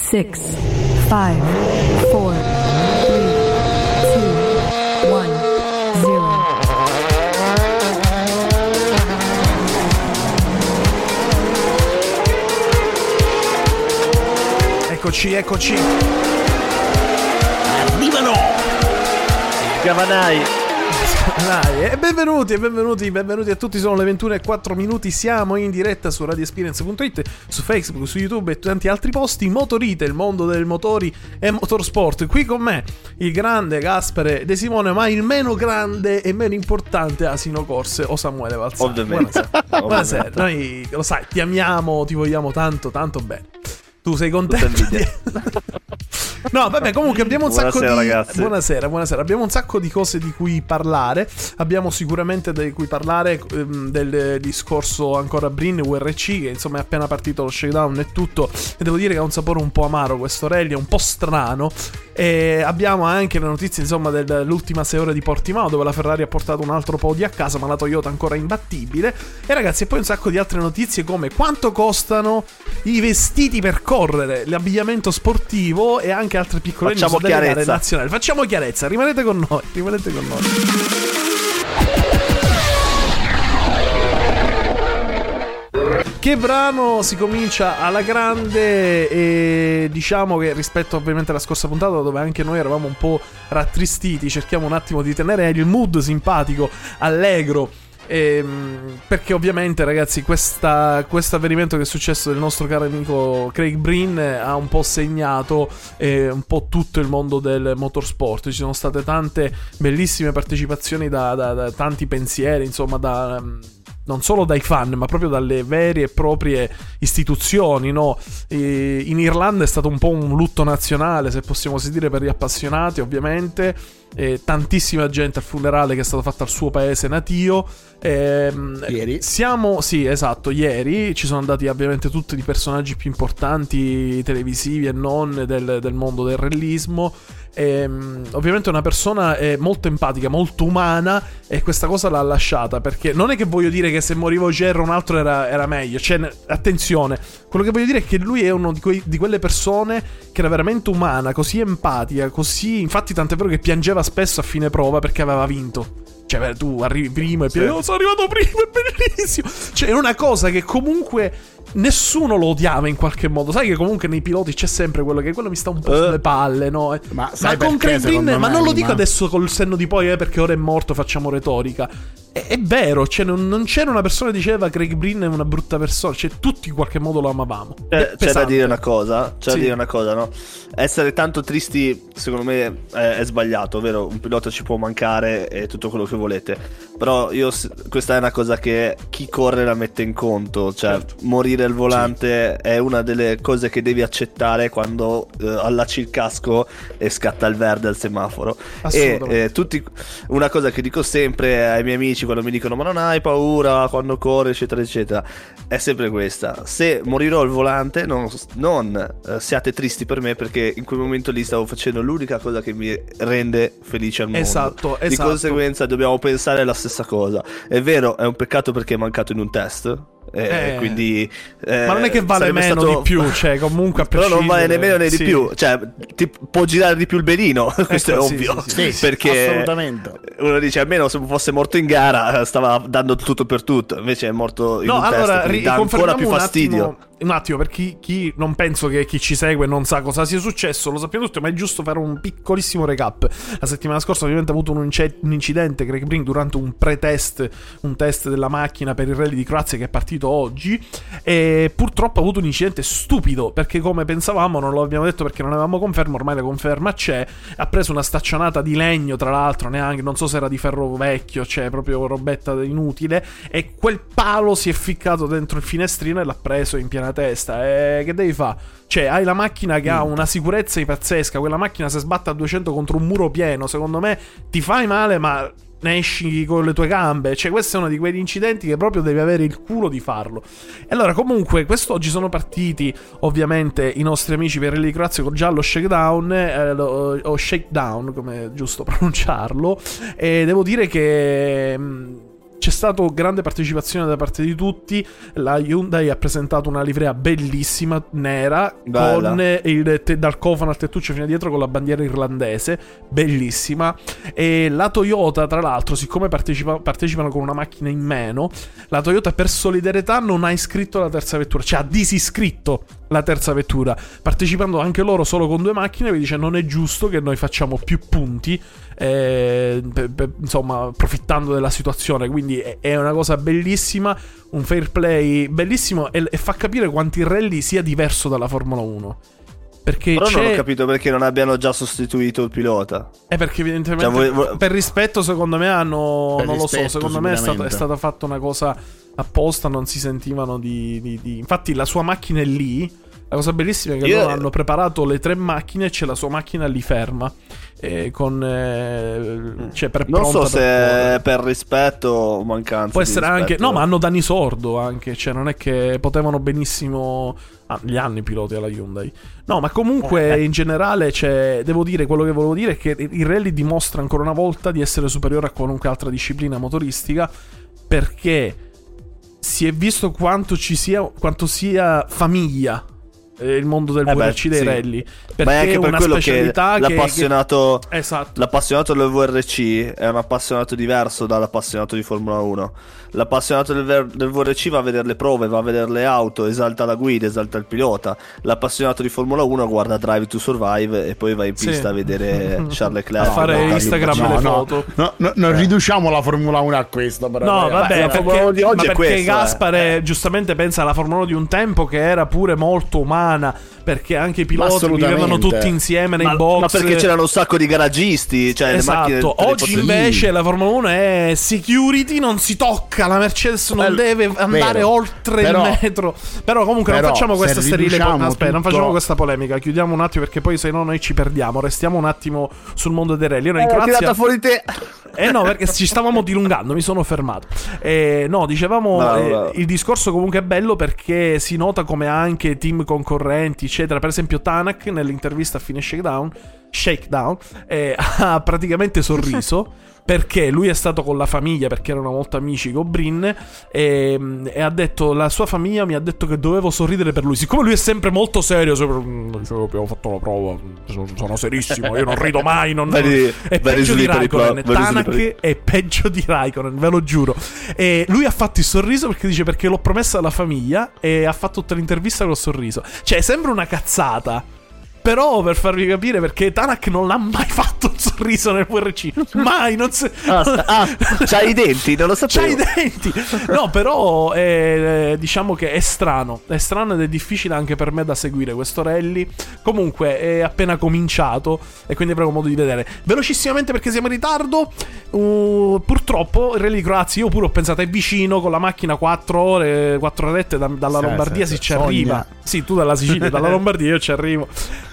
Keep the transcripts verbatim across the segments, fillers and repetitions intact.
six, five, four, three, two, one, zero. Eccoci, eccoci. Arrivano Gavanai. E benvenuti, e benvenuti, benvenuti a tutti. Sono le ventuno e quattro minuti. Siamo in diretta su radio experience punto it, su Facebook, su YouTube e tanti altri posti. Motorite, il mondo dei motori e motorsport. Qui con me il grande Gaspare De Simone, ma il meno grande e meno importante Asino Corse o Samuele Valzano. Ovviamente. Buonasera. Buonasera. Noi lo sai, ti amiamo, ti vogliamo tanto, tanto bene. Tu sei contento di... No, vabbè, comunque abbiamo un buonasera, sacco di ragazzi. Buonasera, buonasera. Abbiamo un sacco di cose di cui parlare. Abbiamo sicuramente di cui parlare ehm, del discorso ancora Brin U R C, che insomma è appena partito lo shakedown e tutto. E devo dire che ha un sapore un po' amaro questo rally, è un po' strano. E abbiamo anche le notizie insomma dell'ultima sei ore di Portimao, dove la Ferrari ha portato un altro podio a casa, ma la Toyota ancora imbattibile. E ragazzi, e poi un sacco di altre notizie come quanto costano i vestiti per correre, l'abbigliamento sportivo e anche altre piccole Facciamo news delle gare chiarezza. nazionali. Facciamo chiarezza, rimanete con noi, rimanete con noi. Che brano si comincia alla grande e diciamo che rispetto ovviamente alla scorsa puntata, dove anche noi eravamo un po' rattristiti, cerchiamo un attimo di tenere il mood simpatico, allegro. Ehm, perché ovviamente ragazzi questo avvenimento che è successo del nostro caro amico Craig Breen ha un po' segnato eh, un po' tutto il mondo del motorsport. Ci sono state tante bellissime partecipazioni da, da, da tanti pensieri, insomma, da non solo dai fan, ma proprio dalle vere e proprie istituzioni, no? E in Irlanda è stato un po' un lutto nazionale, se possiamo così dire, per gli appassionati, ovviamente. E tantissima gente al funerale che è stato fatto al suo paese natio. E, ieri siamo, sì, esatto, ieri ci sono andati ovviamente tutti i personaggi più importanti televisivi e non del, del mondo del rallismo. E, ovviamente una persona è molto empatica, molto umana, e questa cosa l'ha lasciata, perché non è che voglio dire che se moriva Gerro un altro era, era meglio, cioè attenzione, quello che voglio dire è che lui è uno di, quei, di quelle persone che era veramente umana, così empatica, così, infatti tant'è vero che piangeva spesso a fine prova perché aveva vinto. Cioè tu arrivi primo e piangi, sì. Oh, sono arrivato primo, è bellissimo. Cioè è una cosa che comunque nessuno lo odiava in qualche modo. Sai che comunque nei piloti c'è sempre quello che quello mi sta un po' sulle palle, no? Ma, sai ma con perché, Craig Breen, ma non lo dico ma... adesso col senno di poi, eh, perché ora è morto, facciamo retorica. È, è vero, cioè non, non c'era una persona che diceva Craig Breen è una brutta persona, cioè tutti in qualche modo lo amavamo. C'è, c'è da dire una cosa, c'è sì. da dire una cosa, no? Essere tanto tristi, secondo me, è, è sbagliato, ovvero un pilota ci può mancare e tutto quello che volete. Però io, questa è una cosa che chi corre la mette in conto, cioè certo. Morire al volante sì. È una delle cose che devi accettare quando eh, allacci il casco e scatta il verde al semaforo. E eh, tutti, una cosa che dico sempre ai miei amici quando mi dicono ma non hai paura quando corri eccetera eccetera, è sempre questa: se morirò al volante non, non eh, siate tristi per me, perché in quel momento lì stavo facendo l'unica cosa che mi rende felice al mondo. Esatto, esatto. Di conseguenza dobbiamo pensare alla stessa cosa. È vero, è un peccato perché è mancato in un test. Eh, eh, quindi eh, ma non è che vale meno stato... di più, cioè comunque a però non vale nemmeno né sì. di più, cioè ti può girare di più il benino. Questo ecco, è sì, ovvio, sì, sì, sì, perché assolutamente. Uno dice almeno se fosse morto in gara stava dando tutto per tutto, invece è morto in no, un allora, test, dà ancora più fastidio. Un attimo, un attimo per chi, chi non penso che chi ci segue non sa cosa sia successo, lo sappiamo tutti, ma è giusto fare un piccolissimo recap. La settimana scorsa ovviamente ha avuto un, inc- un incidente Craig Breen durante un pre-test, un test della macchina per il rally di Croazia che è partito oggi, e purtroppo ha avuto un incidente stupido, perché come pensavamo, non lo abbiamo detto perché non avevamo conferma, ormai la conferma c'è, ha preso una staccionata di legno, tra l'altro neanche, non so se era di ferro vecchio, cioè proprio robetta inutile, e quel palo si è ficcato dentro il finestrino e l'ha preso in piena testa. E che devi fare? Cioè hai la macchina che ha una sicurezza pazzesca, quella macchina se sbatte a duecento contro un muro pieno, secondo me ti fai male ma ne esci con le tue gambe. Cioè questo è uno di quegli incidenti che proprio devi avere il culo di farlo. E allora comunque quest'oggi sono partiti ovviamente i nostri amici per Rally Croazia con già lo shakedown eh, lo, o shakedown come è giusto pronunciarlo, e devo dire che mh, c'è stata grande partecipazione da parte di tutti. La Hyundai ha presentato una livrea bellissima, nera, Bella. con il te- dal cofano al tettuccio fino a dietro con la bandiera irlandese, bellissima. E la Toyota, tra l'altro, siccome partecipa- partecipano con una macchina in meno, la Toyota per solidarietà non ha iscritto la terza vettura, cioè ha disiscritto la terza vettura, partecipando anche loro solo con due macchine. Vi dice non è giusto che noi facciamo più punti, eh, per, per, insomma, approfittando della situazione. Quindi è, è una cosa bellissima, un fair play bellissimo, e, e fa capire quanto il rally sia diverso dalla Formula uno. Perché Però c'è... non ho capito perché non abbiano già sostituito il pilota. È perché evidentemente Cioè, voi- voi- per rispetto, secondo me hanno, Per non lo so, rispetto, secondo me è stata, è sicuramente. stata fatta una cosa apposta, non si sentivano di, di- di- infatti la sua macchina è lì. La cosa bellissima è che Io- loro hanno preparato le tre macchine e c'è la sua macchina lì ferma, eh, con eh, cioè per Non pronta so per se correre. è per rispetto o mancanza Può di essere anche... rispetto. No, ma hanno Dani Sordo anche. Cioè, non è che potevano benissimo... Ah, li hanno i piloti alla Hyundai. No, ma comunque in generale, cioè, devo dire, quello che volevo dire è che il rally dimostra ancora una volta di essere superiore a qualunque altra disciplina motoristica, perché si è visto quanto ci sia, quanto sia famiglia eh, il mondo del Eh V R C beh, dei sì. rally. Perché Ma è anche è per una quello che specialità che, l'appassionato, che... Esatto. l'appassionato del V R C è un appassionato diverso dall'appassionato di Formula uno. L'appassionato del, ver- del V R C va a vedere le prove, va a vedere le auto, esalta la guida, esalta il pilota. L'appassionato di Formula uno guarda Drive to Survive e poi va in Sì. pista a vedere Charles Leclerc A fare no, Instagram no, e le no, foto. no, no, non riduciamo la Formula uno a questo, però. No, ragazzi. vabbè, la perché, Formula uno di oggi ma è perché questo, eh. Gaspare giustamente pensa alla Formula uno di un tempo che era pure molto umana, perché anche i piloti assolutamente. vivevano tutti insieme nei Ma, box. ma perché c'erano un sacco di garagisti, cioè le macchine Esatto, te le oggi potevi- invece la Formula uno è security, non si tocca, la Mercedes non Bello. deve andare Vero. oltre Però- il metro. Però comunque però, non facciamo questa se sterile riduciamo po- aspetta, non tutto- facciamo questa polemica, chiudiamo un attimo perché poi se no noi ci perdiamo. Restiamo un attimo sul mondo dei rally. Io in Eh, l'ho Croazia tirata fuori te. eh no, perché ci stavamo dilungando, mi sono fermato. Eh, no, dicevamo, Bravo, eh, bravo. il discorso comunque è bello perché si nota come anche team concorrenti, eccetera. Per esempio Tanak nell'intervista a fine Shakedown, Shakedown eh, ha praticamente sorriso. Perché lui è stato con la famiglia, perché erano molto amici con Brin, e, e ha detto, la sua famiglia mi ha detto che dovevo sorridere per lui. Siccome lui è sempre molto serio, sempre, "Mm, dicevo, abbiamo fatto la prova, sono, sono serissimo, io non rido mai, non, Very- è very peggio di slippery, Raikkonen, very Tanak slippery. è peggio di Raikkonen, ve lo giuro. E lui ha fatto il sorriso perché dice, perché l'ho promessa alla famiglia, e ha fatto tutta l'intervista con il sorriso. Cioè sembra una cazzata, però per farvi capire, perché Tanak non l'ha mai fatto un sorriso nel V R C, mai, non si... Ah, ah, c'ha i denti, non lo sapevo. C'ha i denti. No, però eh, diciamo che è strano. È strano ed è difficile anche per me da seguire questo rally. Comunque è appena cominciato e quindi avremo modo di vedere. Velocissimamente perché siamo in ritardo. Uh, purtroppo il rally di Croazia, io pure ho pensato, è vicino, con la macchina quattro ore, quattro orette da- dalla Sì, Lombardia sì, si sì. ci Sogna. arriva. Sì, tu dalla Sicilia, dalla Lombardia, io ci arrivo.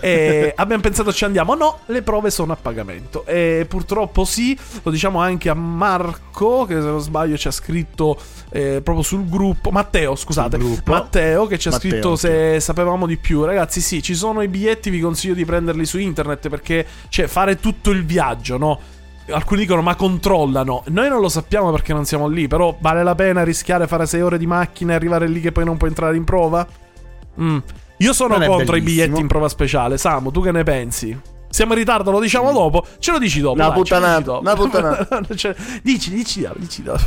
E abbiamo pensato ci andiamo. No, le prove sono a pagamento. E purtroppo sì, lo diciamo anche a Marco, che se non sbaglio ci ha scritto eh, proprio sul gruppo. Matteo, scusate. Sul gruppo. Matteo che ci ha Matteo, scritto sì. se sapevamo di più. Ragazzi, sì, ci sono i biglietti, vi consiglio di prenderli su internet perché, cioè, fare tutto il viaggio, no? Alcuni dicono ma controllano. Noi non lo sappiamo perché non siamo lì, però vale la pena rischiare fare sei ore di macchina e arrivare lì che poi non puoi entrare in prova? Mm. Io sono Non è contro i bellissimo. biglietti in prova speciale. Samu, tu che ne pensi? Siamo in ritardo, lo diciamo dopo. Ce lo dici dopo. Una dai, ce lo dici puttanata, dopo. una puttanata. Cioè, dici, dici, dopo, dici dopo.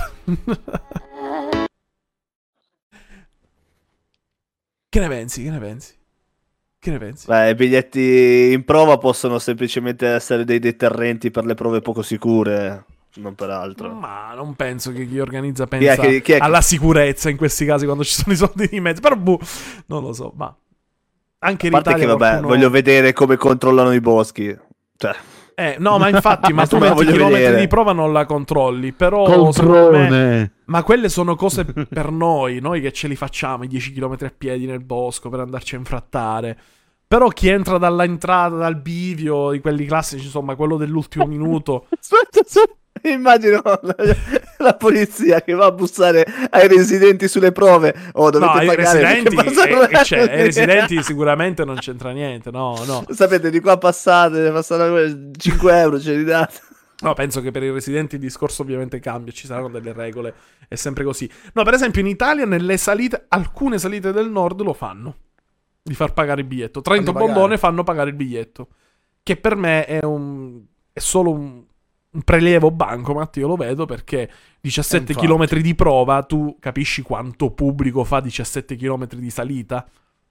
Che ne pensi? Che ne pensi? Che ne pensi? Beh, i biglietti in prova possono semplicemente essere dei deterrenti per le prove poco sicure, non per altro. Ma non penso che chi organizza Chi è pensa che- chi è che- alla sicurezza in questi casi quando ci sono i soldi di mezzo. Però boh, non lo so, ma anche A in parte Italia che, vabbè, qualcuno- voglio vedere come controllano i boschi. Cioè, Eh, no, ma infatti, ma tu Ma venti voglio chilometri vedere. di prova non la controlli. Però secondo me, Coltrone. ma quelle sono cose per noi, noi che ce li facciamo i dieci chilometri a piedi nel bosco per andarci a infrattare. Però chi entra dalla entrata, dal bivio, di quelli classici, insomma, quello dell'ultimo minuto. aspetta, aspetta. Immagino la, la polizia che va a bussare ai residenti sulle prove. Oh, dovete No, ai pagare residenti, perché passano eh, cioè, così. ai residenti sicuramente non c'entra niente, no, no. Sapete, di qua passate, passano cinque euro, ce li date. No, penso che per i residenti il discorso ovviamente cambia, ci saranno delle regole, è sempre così. No, per esempio in Italia nelle salite, alcune salite del nord lo fanno, di far pagare il biglietto. Trento Fanno pagare. Bondone fanno pagare il biglietto, che per me è un è solo un, un prelievo bancomat, io lo vedo, perché diciassette Infatti. chilometri di prova, tu capisci quanto pubblico fa diciassette chilometri di salita?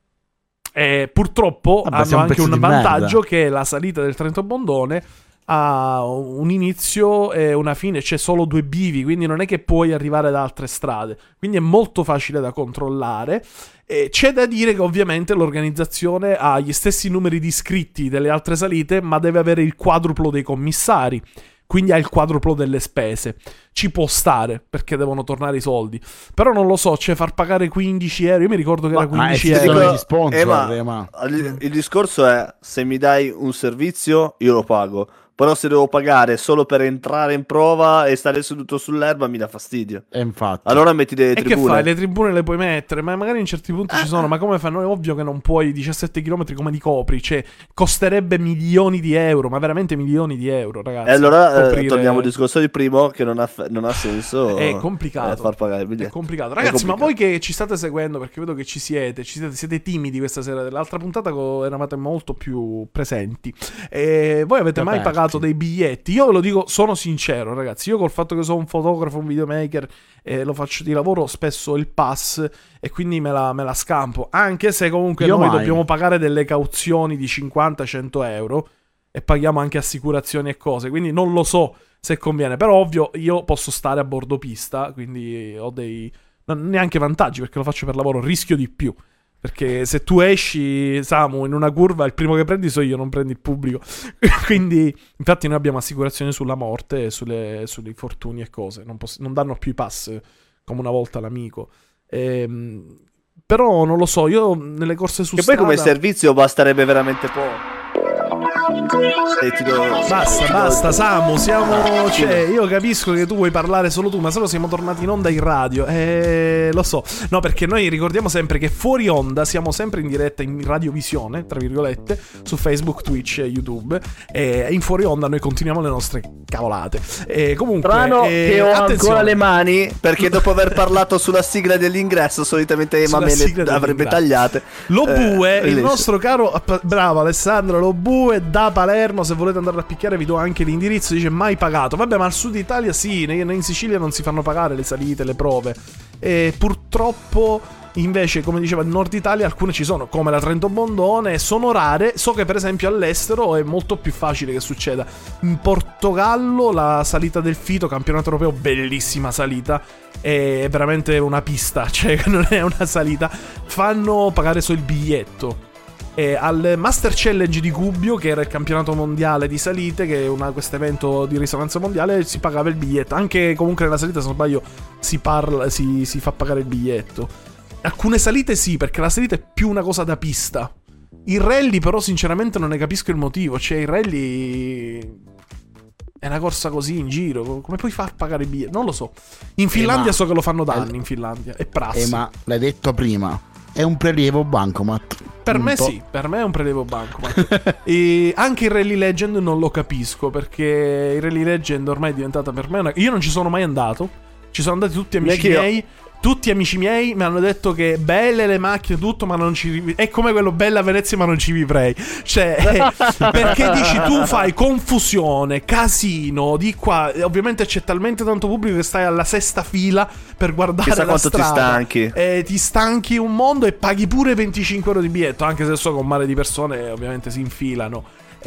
E purtroppo Vabbè, hanno sei un anche pezzo un di vantaggio, merda. che la salita del Trento Bondone ha un inizio e una fine, c'è solo due bivi, quindi non è che puoi arrivare da altre strade, quindi è molto facile da controllare. E c'è da dire che ovviamente l'organizzazione ha gli stessi numeri di iscritti delle altre salite, ma deve avere il quadruplo dei commissari, quindi ha il quadruplo delle spese. Ci può stare, perché devono tornare i soldi, però non lo so, cioè far pagare quindici euro, io mi ricordo che Ma- era Ma quindici è euro. solo Dico- gli sponsor, eh, ma- eh, ma- il, il discorso è: se mi dai un servizio io lo pago, però se devo pagare solo per entrare in prova e stare seduto sull'erba mi dà fastidio. E infatti. Allora metti delle E che tribune. fai? Le tribune le puoi mettere, ma magari in certi punti ci sono. Ma come fanno? È ovvio che non puoi diciassette chilometri come li copri. Cioè, costerebbe milioni di euro, ma veramente milioni di euro, ragazzi. E allora eh, coprire- torniamo al discorso di primo, che non ha, non ha senso È complicato. eh, far pagare il È biglietto. complicato. È Ragazzi, ma complicato. voi che ci state seguendo, perché vedo che ci siete, ci siete, siete timidi questa sera. Dell'altra puntata co- eravate molto più presenti. E voi avete mai Aperti. pagato dei biglietti? Io ve lo dico, sono sincero, ragazzi. Io col fatto che sono un fotografo, un videomaker, e lo faccio di lavoro, spesso il pass, e quindi me la, me la scampo. Anche se comunque Io noi mai. dobbiamo pagare delle cauzioni di cinquanta cento euro e paghiamo anche assicurazioni e cose. Quindi non lo so se conviene. Però ovvio, io posso stare a bordo pista, quindi ho dei non- neanche vantaggi, perché lo faccio per lavoro, rischio di più. Perché se tu esci, Samu, in una curva, il primo che prendi so io, non prendi il pubblico. Quindi, infatti, noi abbiamo assicurazione sulla morte, e sulle, sugli infortuni e cose. Non, poss- non danno più i pass come una volta l'amico. Ehm, però non lo so, io nelle corse su Che poi strada... come servizio basterebbe veramente poco. E ti do- Basta, ti do- basta, Samu, siamo... Ah, Cioè, io capisco che tu vuoi parlare solo tu, ma solo siamo tornati in onda in radio. Eh, lo so. No, perché noi ricordiamo sempre che fuori onda siamo sempre in diretta in radiovisione, tra virgolette, su Facebook, Twitch e YouTube. E in fuori onda noi continuiamo le nostre cavolate. E comunque... Strano eh, che ho attenzione. ancora le mani, perché dopo aver parlato sulla sigla dell'ingresso solitamente Ema Sulla me sigla le avrebbe dell'ingresso. tagliate. Lo Bue, Eh, il bellissimo. nostro caro, bravo Alessandro, Lo Bue da Palermo, se volete andare a picchiare vi do anche l'indirizzo, dice mai pagato. Vabbè, ma al sud Italia sì, in Sicilia non si fanno pagare le salite, le prove. E purtroppo invece, come diceva, in Nord Italia alcune ci sono, come la Trento Bondone, sono rare. So che per esempio all'estero è molto più facile che succeda. In Portogallo la salita del Fito, campionato europeo, bellissima salita, è veramente una pista, cioè non è una salita, fanno pagare solo il biglietto. E al Master Challenge di Gubbio, che era il campionato mondiale di salite, che è questo evento di risonanza mondiale, si pagava il biglietto. Anche comunque nella salita, se non sbaglio, si, parla, si, si fa pagare il biglietto. Alcune salite sì, perché la salita è più una cosa da pista. Il rally però sinceramente non ne capisco il motivo. Cioè il rally è una corsa così in giro, come puoi far pagare il biglietto? Non lo so. In Finlandia ma- so che lo fanno da anni, in Finlandia è prassi. Eh, ma l'hai detto prima, è un prelievo bancomat. Per me Punto. sì, per me è un prelievo bancomat. E anche il Rally Legend non lo capisco, perché il Rally Legend ormai è diventata per me una... Io non ci sono mai andato. Ci sono andati tutti amici Neanch'io. miei. Tutti amici miei mi hanno detto che belle le macchine, tutto, ma non ci rivi- è come quello bella Venezia, ma non ci vivrei. Cioè, perché dici tu fai confusione, casino di qua. E ovviamente c'è talmente tanto pubblico che stai alla sesta fila per guardare Chissà la quanto ti strada. stanchi. E ti stanchi un mondo e paghi pure venticinque euro di biglietto, anche se so che un mare di persone ovviamente si infilano.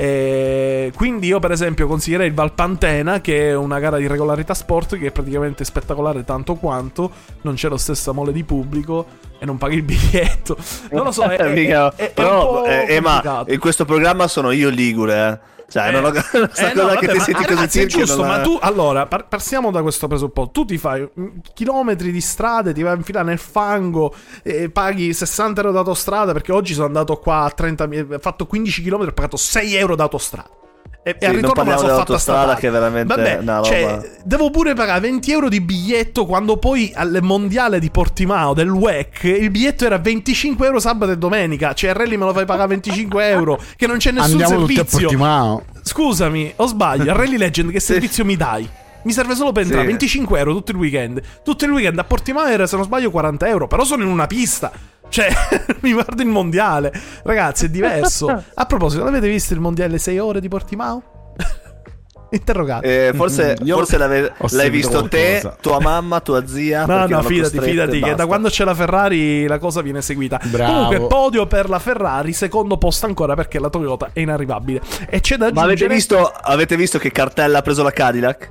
E quindi io per esempio consiglierei il Valpantena, che è una gara di regolarità sport che è praticamente spettacolare tanto quanto, non c'è lo stesso mole di pubblico e non paghi il biglietto. Non lo so, è, è, Mica- è, è però un po' eh, eh, ma complicato. in questo programma sono io ligure, eh. Cioè, non ho questa Eh, no, cosa vabbè, che ti ma senti così ragazzi, è tirchio, giusto, non ma è- tu allora par- partiamo da questo presupposto. Tu ti fai mm, chilometri di strade, ti vai a infilare nel fango e paghi sessanta euro d'autostrada, perché oggi sono andato qua a trenta ho fatto quindici chilometri, ho pagato sei euro d'autostrada. E, Sì, e al non ritorno me la parliamo sono fatta dell'autostrada, statale. che è veramente Vabbè, una roba- cioè, devo pure pagare venti euro di biglietto, quando poi al mondiale di Portimao del W E C il biglietto era venticinque euro sabato e domenica. Cioè il rally me lo fai pagare venticinque euro, che non c'è nessun Andiamo tutti a servizio. Portimao. scusami, o sbaglio, a Rally Legend che servizio mi dai? Mi serve solo per entrare, Sì. venticinque euro tutto il weekend. Tutto il weekend a Portimao, se non sbaglio, quaranta euro. Però sono in una pista. Cioè, mi guardo il mondiale. Ragazzi, è diverso. A proposito, l'avete visto il mondiale sei ore di Portimao? Interrogate. Eh, forse Io forse l'ave- ho l'hai seguito visto te, qualcosa. tua mamma, tua zia. No, perché no, erano fidati, costrette fidati, e che da basta. quando c'è la Ferrari la cosa viene seguita. Bravo. Comunque, podio per la Ferrari, secondo posto ancora perché la Toyota è inarrivabile. E c'è da Ma avete aggiungere... visto, avete visto che cartella ha preso la Cadillac?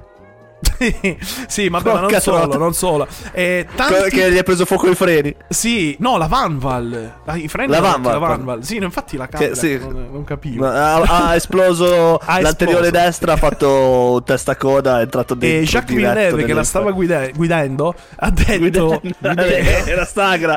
Sì, ma, ma non Porca solo, troia. non solo. E Que- tanti... Che gli ha preso fuoco i freni. Sì, no, la Vanval. Ah, I freni La erano Vanval, la Vanval. Sì, no, infatti la Che- Cadillac, sì. non, non capivo. Ha, ha esploso Ha l'anteriore esploso. destra, ha fatto testa coda, è entrato dentro. E Jacques diretto Villeneuve, che nelle- la stava guida- guidando, ha detto Era stagra.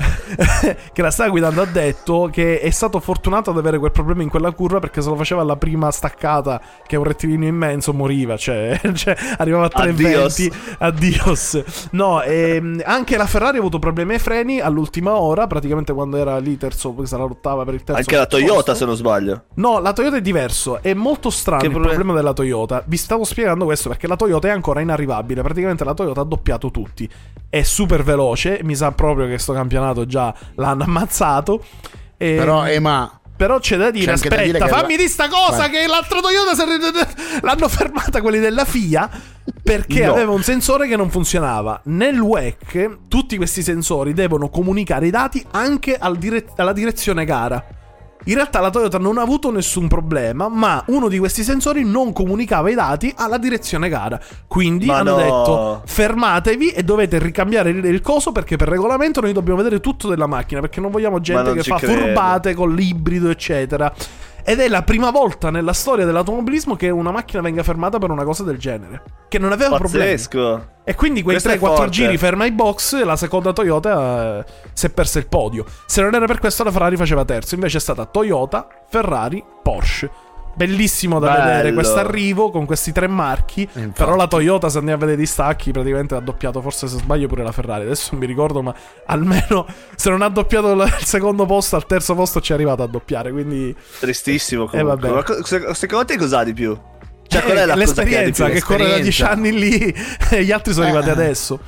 che la stava guidando, ha detto che è stato fortunato ad avere quel problema in quella curva, perché se lo faceva alla prima staccata, che è un rettilineo immenso, moriva. Cioè, cioè arrivava a trecentoventi. Addios. No, ehm, anche la Ferrari ha avuto problemi ai freni all'ultima ora, praticamente quando era lì terzo, questa la lottava per il terzo. Anche la Toyota, posto. se non sbaglio. No, la Toyota è diverso. È molto strano Che il problema- problema della Toyota. Vi stavo spiegando questo perché la Toyota è ancora inarrivabile. Praticamente la Toyota ha doppiato tutti. È super veloce. Mi sa proprio che sto campionato già l'hanno ammazzato. E... Però, Ema, Però c'è da dire, C'è anche da aspetta, dire che fammi la- di sta cosa, Vai. che l'altro Toyota si- l'hanno fermata quelli della F I A perché No. aveva un sensore che non funzionava. Nel W E C tutti questi sensori devono comunicare i dati anche al dire- alla direzione gara. In realtà la Toyota non ha avuto nessun problema, ma uno di questi sensori non comunicava i dati alla direzione gara. Quindi Ma hanno no. detto fermatevi e dovete ricambiare il, il coso, perché per regolamento noi dobbiamo vedere tutto della macchina, perché non vogliamo gente non che ci fa credo. furbate con l'ibrido eccetera. Ed è la prima volta nella storia dell'automobilismo che una macchina venga fermata per una cosa del genere, che non aveva problemi. Pazzesco. E quindi quei Questo è tre quattro forte. giri ferma ai box, la seconda Toyota eh, si è persa il podio. Se non era per questo la Ferrari faceva terzo. Invece è stata Toyota, Ferrari, Porsche. Bellissimo da Bello. vedere questo arrivo con questi tre marchi. infatti. Però la Toyota, se andiamo a vedere i distacchi, praticamente ha doppiato, forse se sbaglio pure la Ferrari. Adesso non mi ricordo, ma almeno se non ha doppiato il secondo posto, al terzo posto ci è arrivato a doppiare. Quindi Tristissimo Eh, comunque. vabbè. Ma co- se- secondo te cos'ha di più? Cioè, eh, qual è la cosa che ha di l'esperienza più? che, corre da dieci L'esperienza. anni lì e gli altri sono Eh. arrivati adesso.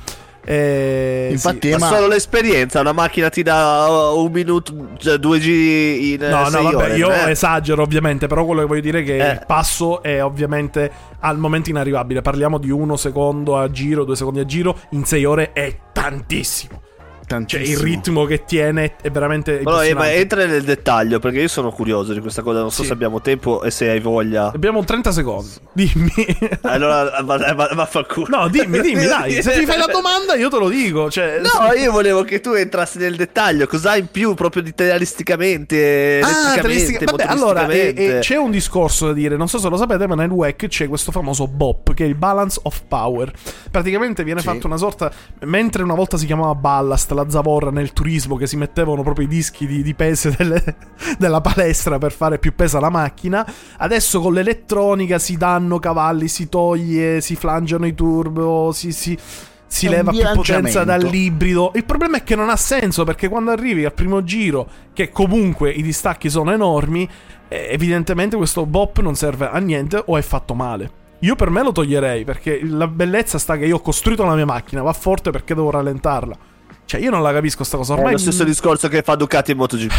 Eh, infatti, sì. Ma Ema, solo l'esperienza, una macchina ti dà uh, un minuto, cioè due giri in eh, No, no, sei vabbè, ore, io eh. esagero ovviamente, però quello che voglio dire è che Eh. il passo è ovviamente al momento inarrivabile. Parliamo di uno secondo a giro, due secondi a giro, in sei ore è tantissimo. Cioè tantissimo. il ritmo che tiene è veramente Però eh, ma impressionante. entra nel dettaglio, perché io sono curioso di questa cosa, non so Sì. se abbiamo tempo e se hai voglia. Abbiamo trenta secondi. Dimmi. Allora va, va, vaffanculo. No, dimmi, dimmi, dai. Se mi fai la domanda io te lo dico, cioè No, io volevo che tu entrassi nel dettaglio. Cos'hai in più proprio ditaristicamente? Ah, elettricamente, tedestica- vabbè, allora eh, motoristicamente? eh, c'è un discorso da dire, non so se lo sapete, ma nel W E C c'è questo famoso B O P, che è il Balance of Power. Praticamente viene Sì. fatta una sorta, mentre una volta si chiamava ballast, la zavorra nel turismo, che si mettevano proprio i dischi di, di peso delle- della palestra per fare più pesa la macchina, adesso con l'elettronica si danno cavalli, si toglie, si flangiano i turbo, si... si si È un leva più potenza bilanciamento. dall'ibrido. Il problema è che non ha senso, perché quando arrivi al primo giro, che comunque i distacchi sono enormi, eh, evidentemente questo B O P non serve a niente o è fatto male. Io per me lo toglierei, perché la bellezza sta che io ho costruito la mia macchina, va forte perché devo rallentarla. Cioè io non la capisco sta cosa È ormai. lo stesso discorso che fa Ducati in MotoGP.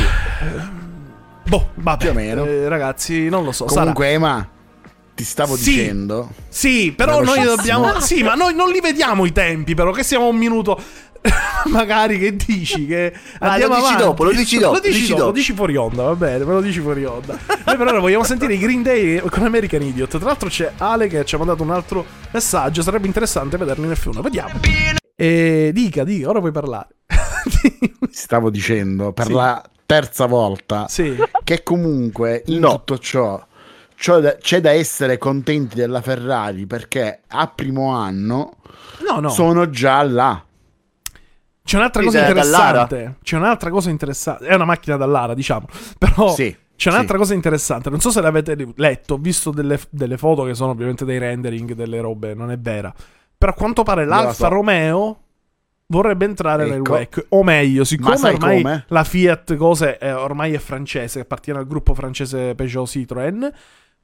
Boh, vabbè, Più o meno. eh, ragazzi, non lo so. Comunque, Ema, ti stavo Sì. dicendo. Sì, però noi Velocissimo. dobbiamo. Sì, ma noi non li vediamo i tempi, però. Che siamo a un minuto. Magari che dici che Ah, andiamo lo dici avanti. dopo, lo dici dopo, Lo dici, dici dopo, dopo. lo dici fuori onda, va bene, me lo dici fuori onda. Noi per ora vogliamo sentire i Green Day con American Idiot. Tra l'altro c'è Ale che ci ha mandato un altro messaggio, sarebbe interessante vederli in F uno, vediamo. E dica, dica, ora puoi parlare. Stavo dicendo per Sì. la terza volta Sì. che comunque in No. tutto ciò c'è da, c'è da essere contenti della Ferrari, perché a primo anno No, no. sono già là. C'è un'altra Sì, cosa da- interessante. C'è un'altra cosa interessante. È una macchina dall'ara, diciamo. Però Sì, c'è un'altra sì. cosa interessante. Non so se l'avete letto. Ho visto delle, delle foto che sono ovviamente dei rendering, delle robe. Non è vera. Però a quanto pare la l'Alfa so. Romeo vorrebbe entrare nel Ecco. W E C. O meglio, siccome sai ormai come? la Fiat cose, è, ormai è francese, appartiene al gruppo francese Peugeot Citroën.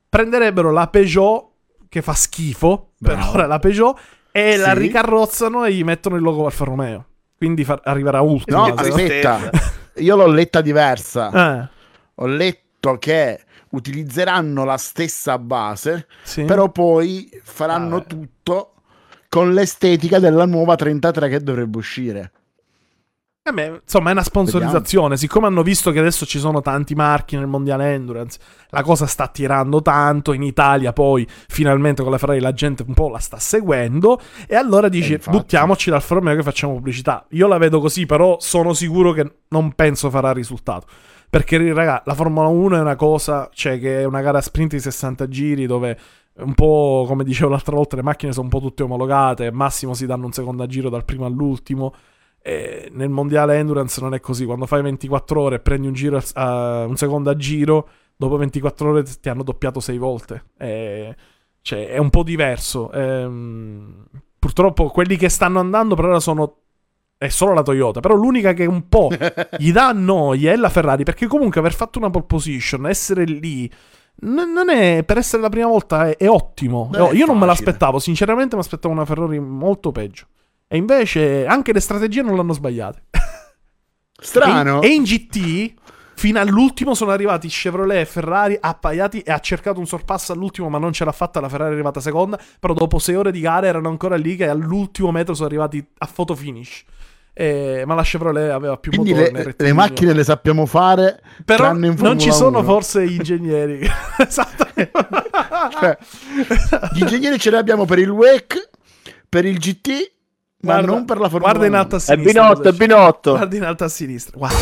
prenderebbero la Peugeot, che fa schifo, per Bravo. ora la Peugeot, e la Sì. ricarrozzano e gli mettono il logo Alfa Romeo. Quindi fa- arriverà ultimo. No, la- aspetta, io l'ho letta diversa. Eh, Ho letto che utilizzeranno la stessa base, sì. però poi faranno Ah, beh. tutto con l'estetica della nuova trentatré che dovrebbe uscire. Eh beh, insomma, è una sponsorizzazione. Siccome hanno visto che adesso ci sono tanti marchi nel mondiale endurance, la cosa sta attirando tanto. In Italia, poi finalmente con la Ferrari la gente un po' la sta seguendo. E allora dici: Eh, infatti. buttiamoci l'Alfa Romeo che facciamo pubblicità. Io la vedo così, però sono sicuro che non penso farà risultato. Perché, raga, la Formula uno è una cosa, cioè, che è una gara sprint di sessanta giri dove. Un po' come dicevo l'altra volta, le macchine sono un po' tutte omologate. Massimo si danno un secondo a giro dal primo all'ultimo. E nel mondiale endurance non è così. Quando fai ventiquattro ore e prendi un, giro a, un secondo a giro, dopo ventiquattro ore ti hanno doppiato sei volte. E, cioè, è un po' diverso. Ehm, purtroppo quelli che stanno andando per ora sono. È solo la Toyota. Però l'unica che un po' gli dà noia è la Ferrari. Perché comunque aver fatto una pole position, essere lì. n- Non è, per essere la prima volta è, è ottimo. Beh, Io è non me facile. l'aspettavo. Sinceramente, mi aspettavo una Ferrari molto peggio. E invece anche le strategie non l'hanno sbagliate. Strano. E, e in G T fino all'ultimo sono arrivati Chevrolet e Ferrari appaiati e ha cercato un sorpasso all'ultimo ma non ce l'ha fatta, la Ferrari è arrivata seconda, però dopo sei ore di gara erano ancora lì che all'ultimo metro sono arrivati a photo finish. Eh, ma la Chevrolet aveva più Quindi motore le, nel le rettilineo. macchine le sappiamo fare, Però tranne in non ci Formula sono uno. forse gli ingegneri. Esatto. Cioè, gli ingegneri ce li abbiamo per il W E C, per il G T, ma Guarda- non per la Formula guarda in uno. alto a È sinistra. Binotto, cosa è c'è. Binotto. Guarda in alto a sinistra. Guarda.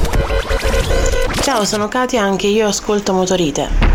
Ciao, sono Katia, anche io ascolto Motorite.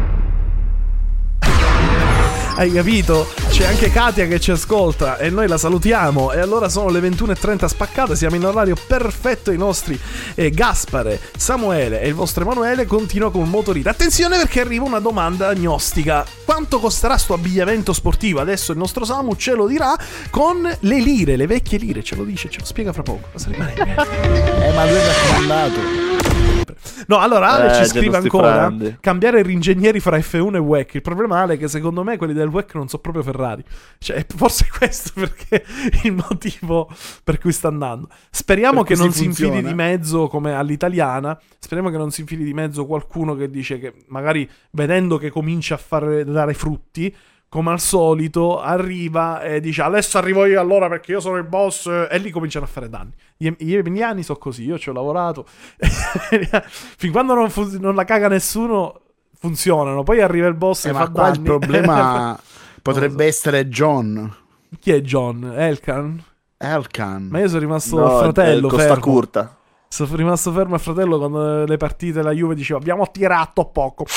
Hai capito? C'è anche Katia che ci ascolta e noi la salutiamo. E allora sono le ventuno e trenta spaccate, siamo in orario perfetto. I nostri eh, Gaspare, Samuele e il vostro Emanuele continuano con Motorite. Attenzione perché arriva una domanda agnostica. Quanto costerà sto abbigliamento sportivo? Adesso il nostro Samu ce lo dirà con le lire, le vecchie lire. Ce lo dice, ce lo spiega fra poco. Cosa rimane? Eh, ma lui l'ha mandato. No, allora Ale Eh, ci già scrive lo stai ancora parlando. cambiare i ingegneri fra F uno e W E C. Il problema Ale è che secondo me quelli del W E C non sono proprio Ferrari. Cioè, forse questo perché il motivo per cui sta andando. Speriamo Per che cui non si si infili funziona. di mezzo come all'italiana. Speriamo che non si infili di mezzo qualcuno che dice che magari vedendo che comincia a fare dare frutti, come al solito arriva e dice adesso arrivo io allora perché io sono il boss, e lì cominciano a fare danni. Gli, gli emiliani sono così, io ci ho lavorato. Fin quando non, fun- non la caga nessuno funzionano, poi arriva il boss Eh, e ma fa qua danni. il problema potrebbe so. essere John Chi è John? Elkan? Elkan. Ma io sono rimasto No, al fratello eh, Costa fermo. Curta. Sono rimasto fermo al fratello quando le partite la Juve diceva abbiamo tirato poco.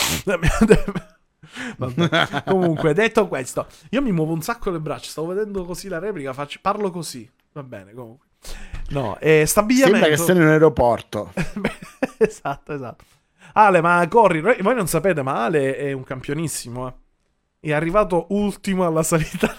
Vabbè. Comunque, detto questo, io mi muovo un sacco le braccia. Stavo vedendo così la replica, faccio, parlo così. Va bene, comunque. No, e st'abbigliamento. Sembra che sei in un aeroporto. Esatto, esatto. Ale, ma corri. Voi voi non sapete, ma Ale è un campionissimo. Eh. È arrivato ultimo alla salita.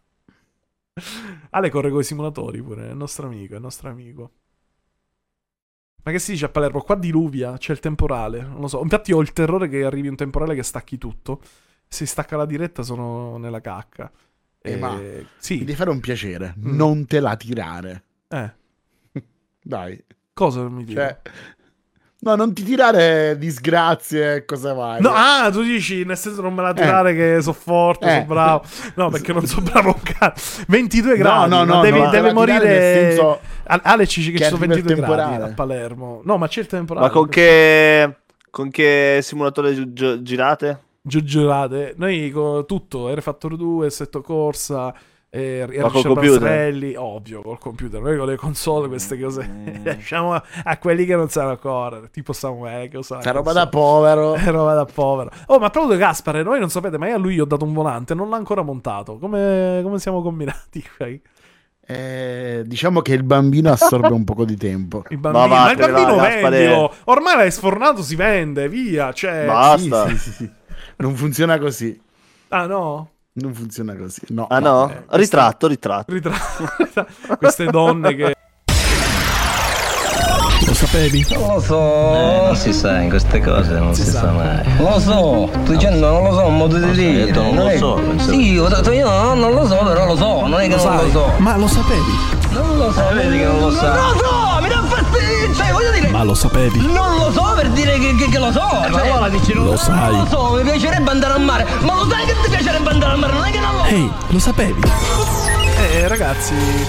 Ale corre con i simulatori pure. È il nostro amico, è il nostro amico. Ma che si dice a Palermo? Qua diluvia, c'è il temporale. Non lo so. Infatti ho il terrore che arrivi un temporale che stacchi tutto. Se stacca la diretta sono nella cacca. Eh, E... ma Sì. Mi devi fare un piacere, Mm. non te la tirare. Eh. Dai. Cosa mi dici? Cioè, no, non ti tirare disgrazie e cose varie. No, ah, tu dici nel senso non me la tirare che so forte, Eh. so bravo. No, perché non so bravo un cazzo. ventidue gradi. no, ma no, devi, non te deve la tirare morire. nel senso A- Ale ci dice che che ci sono arriva il ventidue gradi temporale. a Palermo. No, ma c'è il temporale. Ma con che, con che simulatore gi- gi- girate? Giù giurate. Noi con tutto, R Factor due, Assetto Corsa, eh, Ma col Richard computer? Passerelli, ovvio, col computer. Noi con le console queste cose Mm. lasciamo a, a quelli che non sanno correre, tipo Samuele che usa la sta roba console. da povero. È roba da povero. Oh, ma proprio Gaspare, voi non sapete, ma io a lui gli ho dato un volante, non l'ha ancora montato. Come, come siamo combinati qui? Eh, diciamo che il bambino assorbe un poco di tempo. Il bambino, Ma ma, il vattene, bambino va, Gaspare. vendilo. Ormai l'hai sfornato, si vende, via. Cioè, Basta. Sì, sì, sì, sì. Non funziona così. ah no? Non funziona così. No. Ah no? eh, Ritratto, ritratto. Ritra- Queste donne che Lo sapete sapevi? Non lo so. Eh, non si sa, in queste cose non si, si sa. sa mai. Non lo so, sto dicendo non lo so, un modo di dire. Io non, non lo so. Sì, io ho detto io no, non lo so, però lo so, non è che lo non sai. lo so. Ma lo sapevi? Non lo so. Eh, vedi che non lo sa. Non lo so, mi dà fastidio, cioè voglio dire. Ma lo sapevi? Non lo so per dire che, che, che lo so. Eh, cioè, ma allora dici non lo sai. Non lo so, mi piacerebbe andare al mare. Ma lo sai che ti piacerebbe andare al mare? Non è che non lo so. Ehi, lo sapevi? Eh, ragazzi.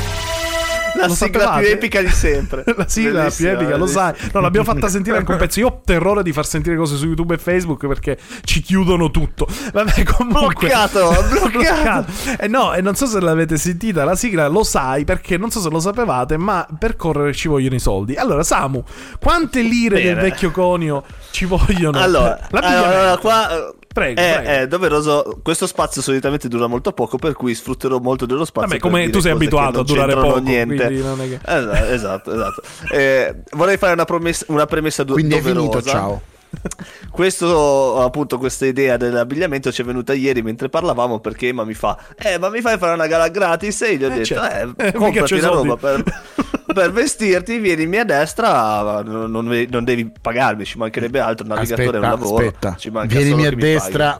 La lo sigla sapevate? più epica di sempre. La sigla Bellissima, più epica, lo sai. No, l'abbiamo fatta sentire anche un pezzo. Io ho terrore di far sentire cose su YouTube e Facebook perché ci chiudono tutto. Vabbè, comunque. Bloccato, bloccato. E no, e non so se l'avete sentita, la sigla lo sai perché non so se lo sapevate, ma per correre ci vogliono i soldi. Allora, Samu, quante lire Bene. del vecchio conio ci vogliono? Allora, L'abbigliamento. allora qua Prego, è, prego. è doveroso. Questo spazio solitamente dura molto poco, per cui sfrutterò molto dello spazio. Vabbè, per come dire tu sei cose abituato che non a durare c'entrano poco, niente. quindi non è che- Esatto, esatto, esatto. Eh, vorrei fare una, promessa, una premessa do- Quindi è doverosa. finito, ciao. Questo, appunto, questa idea dell'abbigliamento ci è venuta ieri mentre parlavamo, perché Emma mi fa eh ma mi fai fare una gara gratis? E io gli ho Eh, detto certo. eh, Eh, mica comprati c'ho i la soldi. roba per, per vestirti, vienimi a destra, non, non- non devi pagarmi, ci mancherebbe altro, il navigatore è un Aspetta, lavoro, aspetta. ci manca Vienimi solo a che mi destra.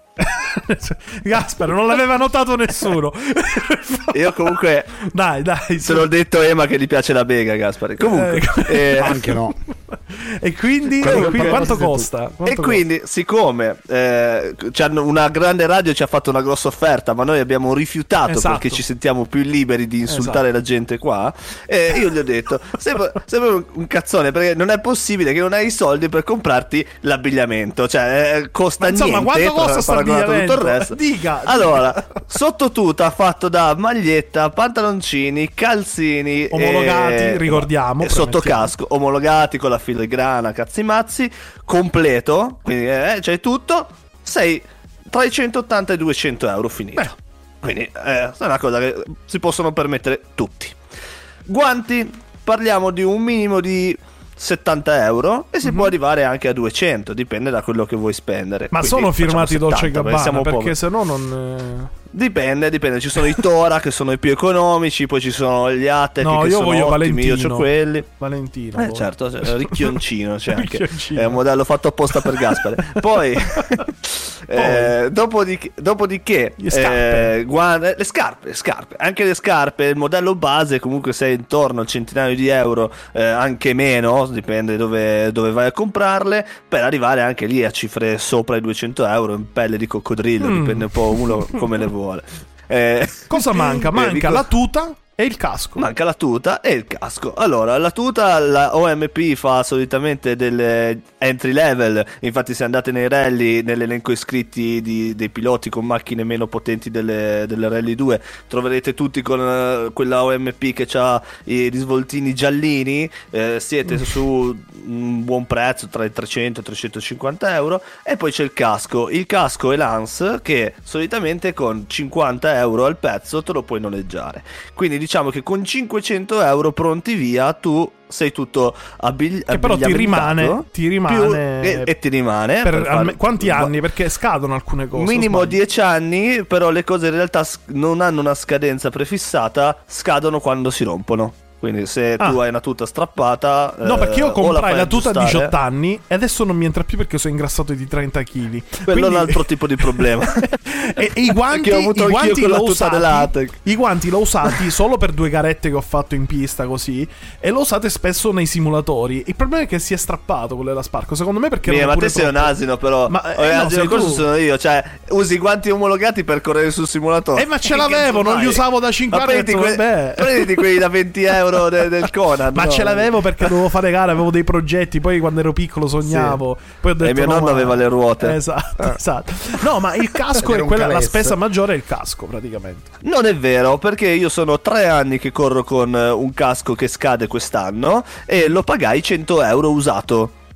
Gasparo, non l'aveva notato nessuno. paghi. Io comunque Dai, dai. te l'ho detto, Emma, che gli piace la bega, Gaspare. Comunque Eh, eh, Anche no. E quindi, Quello e che quindi parla quanto sei tu. costa? Quanto E quindi, siccome eh, c'hanno- una grande radio ci ha fatto una grossa offerta, ma noi abbiamo rifiutato Esatto. perché ci sentiamo più liberi di insultare Esatto. la gente qua, eh, io gli ho detto: sembra, sembra un, un cazzone, perché non è possibile che non hai i soldi per comprarti l'abbigliamento. Cioè, eh, costa Ma insomma, niente quanto costa par- sto paragonato a tutto il abbigliamento? resto. Dica, Allora, sotto tuta fatto da maglietta, pantaloncini, calzini Omologati, e- ricordiamo, e sotto premettiamo. casco, omologati con la filigrana, cazzi mazzi, completo, quindi eh, c'hai tutto, sei tra i centottanta e i duecento euro finito. Beh. Quindi eh, è una cosa che si possono permettere tutti. Guanti, parliamo di un minimo di settanta euro e si può arrivare anche a duecento, dipende da quello che vuoi spendere. Ma Quindi sono facciamo firmati Dolce e settanta, perché Gabbana siamo perché poveri. se no non. Dipende, dipende. Ci sono i Tora che sono i più economici, poi ci sono gli Atechi No, che io sono voglio ottimi, io Valentino. c'ho quelli. Valentino. Eh boh. certo, cioè, ricchioncino c'è anche. Ricchioncino. È un modello fatto apposta per Gaspare. Poi, eh, dopodiché, dopodiché Le scarpe. eh, guarda, le scarpe, le scarpe, anche le scarpe, il modello base comunque sei intorno al centinaio di euro, eh, anche meno, dipende dove, dove vai a comprarle, per arrivare anche lì a cifre sopra i duecento euro in pelle di coccodrillo, Mm. dipende un po' uno come le vuole. Eh, Cosa manca? eh, Manca dico- la tuta e il casco. Manca la tuta e il casco. Allora, la tuta, la O M P fa solitamente delle entry level. Infatti, se andate nei rally, nell'elenco iscritti di- dei piloti con macchine meno potenti delle, delle Rally due, troverete tutti con eh, quella O M P che ha i risvoltini giallini. Eh, siete su un buon prezzo, tra i trecento e trecentocinquanta euro. E poi c'è il casco. Il casco è Lance, che solitamente con cinquanta euro al pezzo te lo puoi noleggiare. Quindi diciamo che con cinquecento euro pronti via tu sei tutto abili- Che però ti rimane, abbigliamentato, ti rimane più- e, e ti rimane per per alme- fare- quanti anni? Perché scadono alcune cose. minimo o sbaglio? dieci anni, però le cose in realtà s- non hanno una scadenza prefissata, scadono quando si rompono. Quindi se Ah. tu hai una tuta strappata, No, eh, perché io o la comprai fai la tuta a aggiustare. diciotto anni e adesso non mi entra più perché sono ingrassato di trenta chili. Quello è un altro tipo di problema. e, e i guanti, Che ho avuto i anch'io guanti con la l'ho tuta usati, dell'Atec. i guanti l'ho usati solo per due garette che ho fatto in pista così e l'ho usate spesso nei simulatori. Il problema è che si è strappato quello della Sparco, secondo me perché Mia, erano ma te pure sei un troppo- asino, però. Ma, Oh, eh, no, asino, sei cosa tu. sono io? Cioè, usi i guanti omologati per correre sul simulatore. Eh, ma ce Che l'avevo, cazzo non li fai? usavo da cinque Ma anni, prenditi, ho detto, que- vabbè. prenditi quelli da venti euro de- del Conan. Ma no? ce l'avevo perché dovevo fare gare, avevo dei progetti. Poi quando ero piccolo sognavo. Poi ho detto, E mio no, nonno ma- aveva le ruote. Esatto, esatto. No, ma il casco Era è un quella, la calesse. spesa maggiore è il casco praticamente. Non è vero, perché io sono tre anni che corro con eh, un casco che scade quest'anno e lo pagai cento euro usato.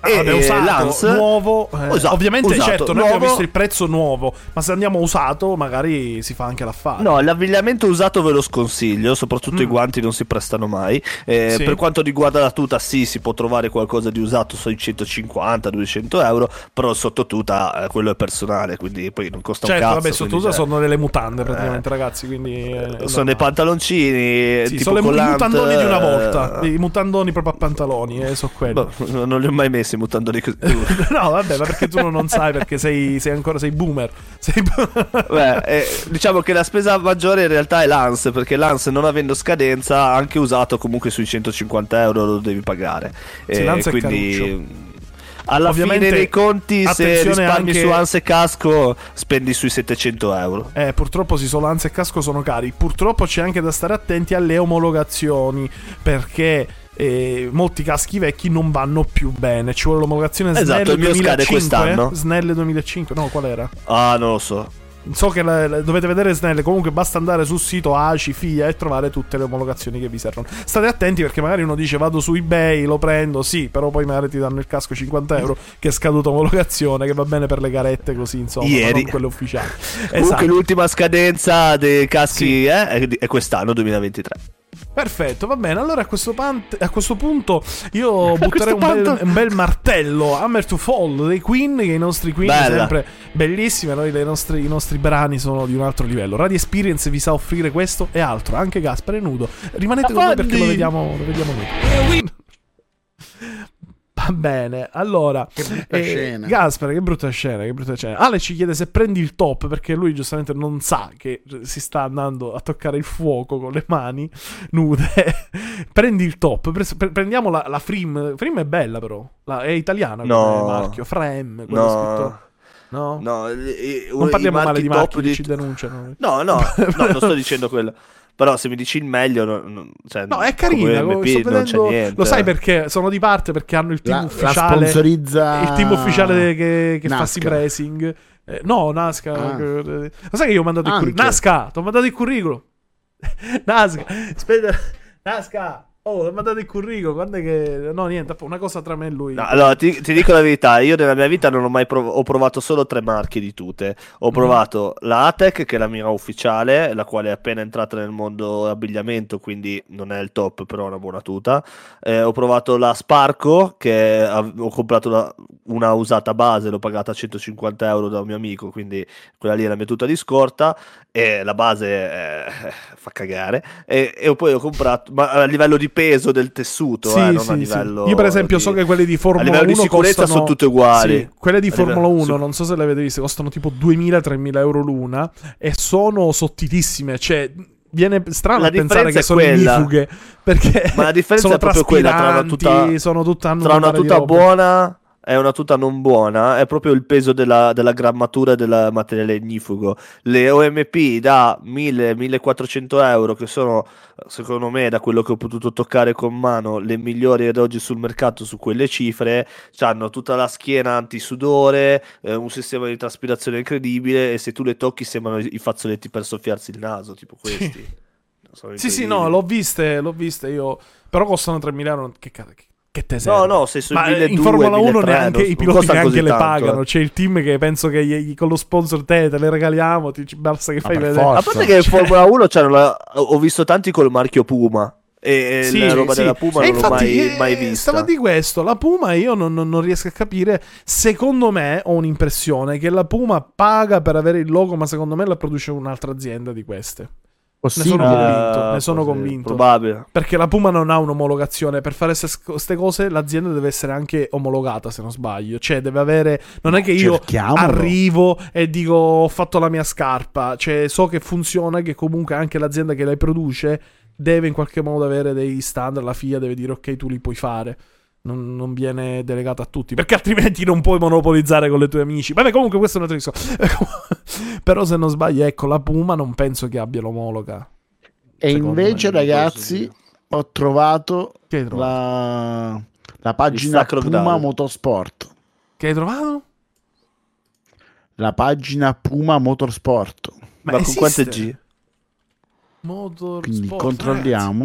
Ah, vabbè, e usato, Lance nuovo, eh, usato, ovviamente usato, certo, noi nuovo. abbiamo visto il prezzo nuovo, ma se andiamo usato magari si fa anche l'affare. No, l'abbigliamento usato ve lo sconsiglio, soprattutto Mm. i guanti non si prestano mai. Eh, Sì. Per quanto riguarda la tuta, sì, si può trovare qualcosa di usato sui centocinquanta duecento euro, però il sottotuta eh, quello è personale, quindi poi non costa Certo, un cazzo. vabbè, quindi, sottotuta cioè, sono delle mutande praticamente, ragazzi, quindi eh, è sono normale. dei pantaloncini Sì, tipo sono le mu- i collant, mutandoni di una volta, eh, i mutandoni proprio a pantaloni, eh, so quelli. boh, non li ho mai messi i mutandoni così. No, vabbè, ma perché tu non, non sai, perché sei, sei ancora sei boomer. Sei Beh, eh, diciamo che la spesa maggiore in realtà è l'A N S, perché l'A N S, non avendo scadenza, anche usato comunque sui centocinquanta euro lo devi pagare. Sì, Eh, l'A N S è quindi alla Ovviamente, fine dei conti, se attenzione risparmi anche- su A N S e casco, spendi sui settecento euro. Eh, purtroppo sì, solo Anzi e casco sono cari. Purtroppo c'è anche da stare attenti alle omologazioni, perché eh, molti caschi vecchi non vanno più bene. Ci vuole l'omologazione Esatto, Snell il mio scade duemilacinque. quest'anno. Snell duemilacinque, no, qual era? Ah, non lo so. So che la- la- dovete vedere Snell, comunque basta andare sul sito A C I, F I A e trovare tutte le omologazioni che vi servono. State attenti, perché magari uno dice vado su eBay, lo prendo, sì, però poi magari ti danno il casco cinquanta euro che è scaduta omologazione, che va bene per le garette così, insomma, Ieri. ma non quelle ufficiali. Comunque Esatto. l'ultima scadenza dei caschi Sì. eh, è, è quest'anno, duemilaventitré. Perfetto, va bene. Allora a questo, pant- a questo punto io butterei un questo bel, punto- un bel martello, Hammer to Fall dei Queen, che i nostri Queen sono Bella. sempre bellissimi. Noi le nostre- i nostri brani sono di un altro livello. Radio Experience vi sa offrire questo e altro, anche Gaspare nudo. Rimanete con noi perché lo vediamo, lo vediamo noi. Va bene, allora Che brutta eh, scena. Gaspare, che brutta scena, che brutta scena. Ale ci chiede se prendi il top, perché lui giustamente non sa che si sta andando a toccare il fuoco con le mani nude. Prendi il top, pre- pre- prendiamo la, la Frim. Frim è bella però, la- è italiana No. come marchio. Frem, quello No. scritto. No? No, i- Non i parliamo male marchi di top marchi, di- ci denunciano. No, no, no, non sto dicendo quello. Però se mi dici il meglio, no, no, cioè, No, è carina, come sto M P non c'è vedendo- niente. lo sai perché sono di parte, perché hanno il team La, la ufficiale. sponsorizza Il team ufficiale che, che fa Nasca. sim racing. Eh, no, Nasca. Ah. che- Lo sai che io ho mandato il Anche. curriculum? Nasca, ti ho mandato il curriculum. Nasca, aspetta. Nasca. Oh, ti ho mandato il curriculum. Quando è che. No, niente, una cosa tra me e lui. No, allora ti, ti dico la verità, io nella mia vita non ho mai prov- ho provato solo tre marchi di tute. Ho provato la Atec, che è la mia ufficiale, la quale è appena entrata nel mondo abbigliamento, quindi non è il top, però è una buona tuta. Eh, ho provato la Sparco, che av- ho comprato la- una usata base, l'ho pagata centocinquanta euro da un mio amico, quindi quella lì è la mia tuta di scorta. E la base eh, fa cagare. E, e poi ho comprato, ma a livello di peso del tessuto, Sì, eh, non sì, a sì. livello. Io, per esempio, di- so che quelle di a Formula livello di uno sicurezza costano... sono tutte uguali. Sì, quelle di A livello- Formula uno, sì. non so se le avete viste, costano tipo duemila-tremila euro l'una e sono sottilissime. Cioè, viene strano La a pensare differenza che è sono quella. ignifughe, perché Ma la differenza sono è proprio quella tra una traspiranti, tuta- sono tutta, hanno Tra una mare di tuta robe. buona e una tuta non buona è proprio il peso della, della grammatura del materiale ignifugo. Le O M P da mille millequattrocento euro, che sono secondo me, da quello che ho potuto toccare con mano, le migliori ad oggi sul mercato su quelle cifre, hanno tutta la schiena antisudore, eh, un sistema di traspirazione incredibile, e se tu le tocchi sembrano i fazzoletti per soffiarsi il naso, tipo questi. Sono Sì, sì, incredibili. no, l'ho viste, l'ho viste io. Però costano tremila euro. Che cazzo, che, che te serve? No, no, se sui Ma milleduecento, in Formula uno milletrecento, neanche non i piloti costa neanche così le tanto, pagano. eh. C'è il team che penso che gli- con lo sponsor te, te le regaliamo. Ti, basta che Ma fai per vedere. forza. A parte che in Formula uno c'hanno la- ho visto tanti col marchio Puma. E Sì, la roba sì. della Puma E non l'ho infatti, mai, eh, mai vista. Stava di questo. La Puma io non, non- non riesco a capire. Secondo me ho un'impressione che la Puma paga per avere il logo, ma secondo me la produce un'altra azienda di queste. Ne sono Possibile. convinto, ne sono forse, convinto. Probabile. Perché la Puma non ha un'omologazione. Per fare queste cose l'azienda deve essere anche omologata, se non sbaglio. Cioè deve avere... Non è che io Cerchiamolo. arrivo e dico ho fatto la mia scarpa. Cioè so che funziona, che comunque anche l'azienda che le produce deve in qualche modo avere dei standard. La F I A deve dire ok, tu li puoi fare. Non, non viene delegata a tutti, perché altrimenti non puoi monopolizzare con le tue amici. Vabbè, comunque questo è un altro discorso. Però se non sbaglio, ecco, la Puma non penso che abbia l'omologa. E Secondo invece, me, ragazzi, ho trovato Che hai trovato? la, la pagina sacro Puma Graal. Motorsport. Che hai trovato? La pagina Puma Motorsport. Ma, con esiste? quante G? Motorsport, Quindi ragazzi. controlliamo.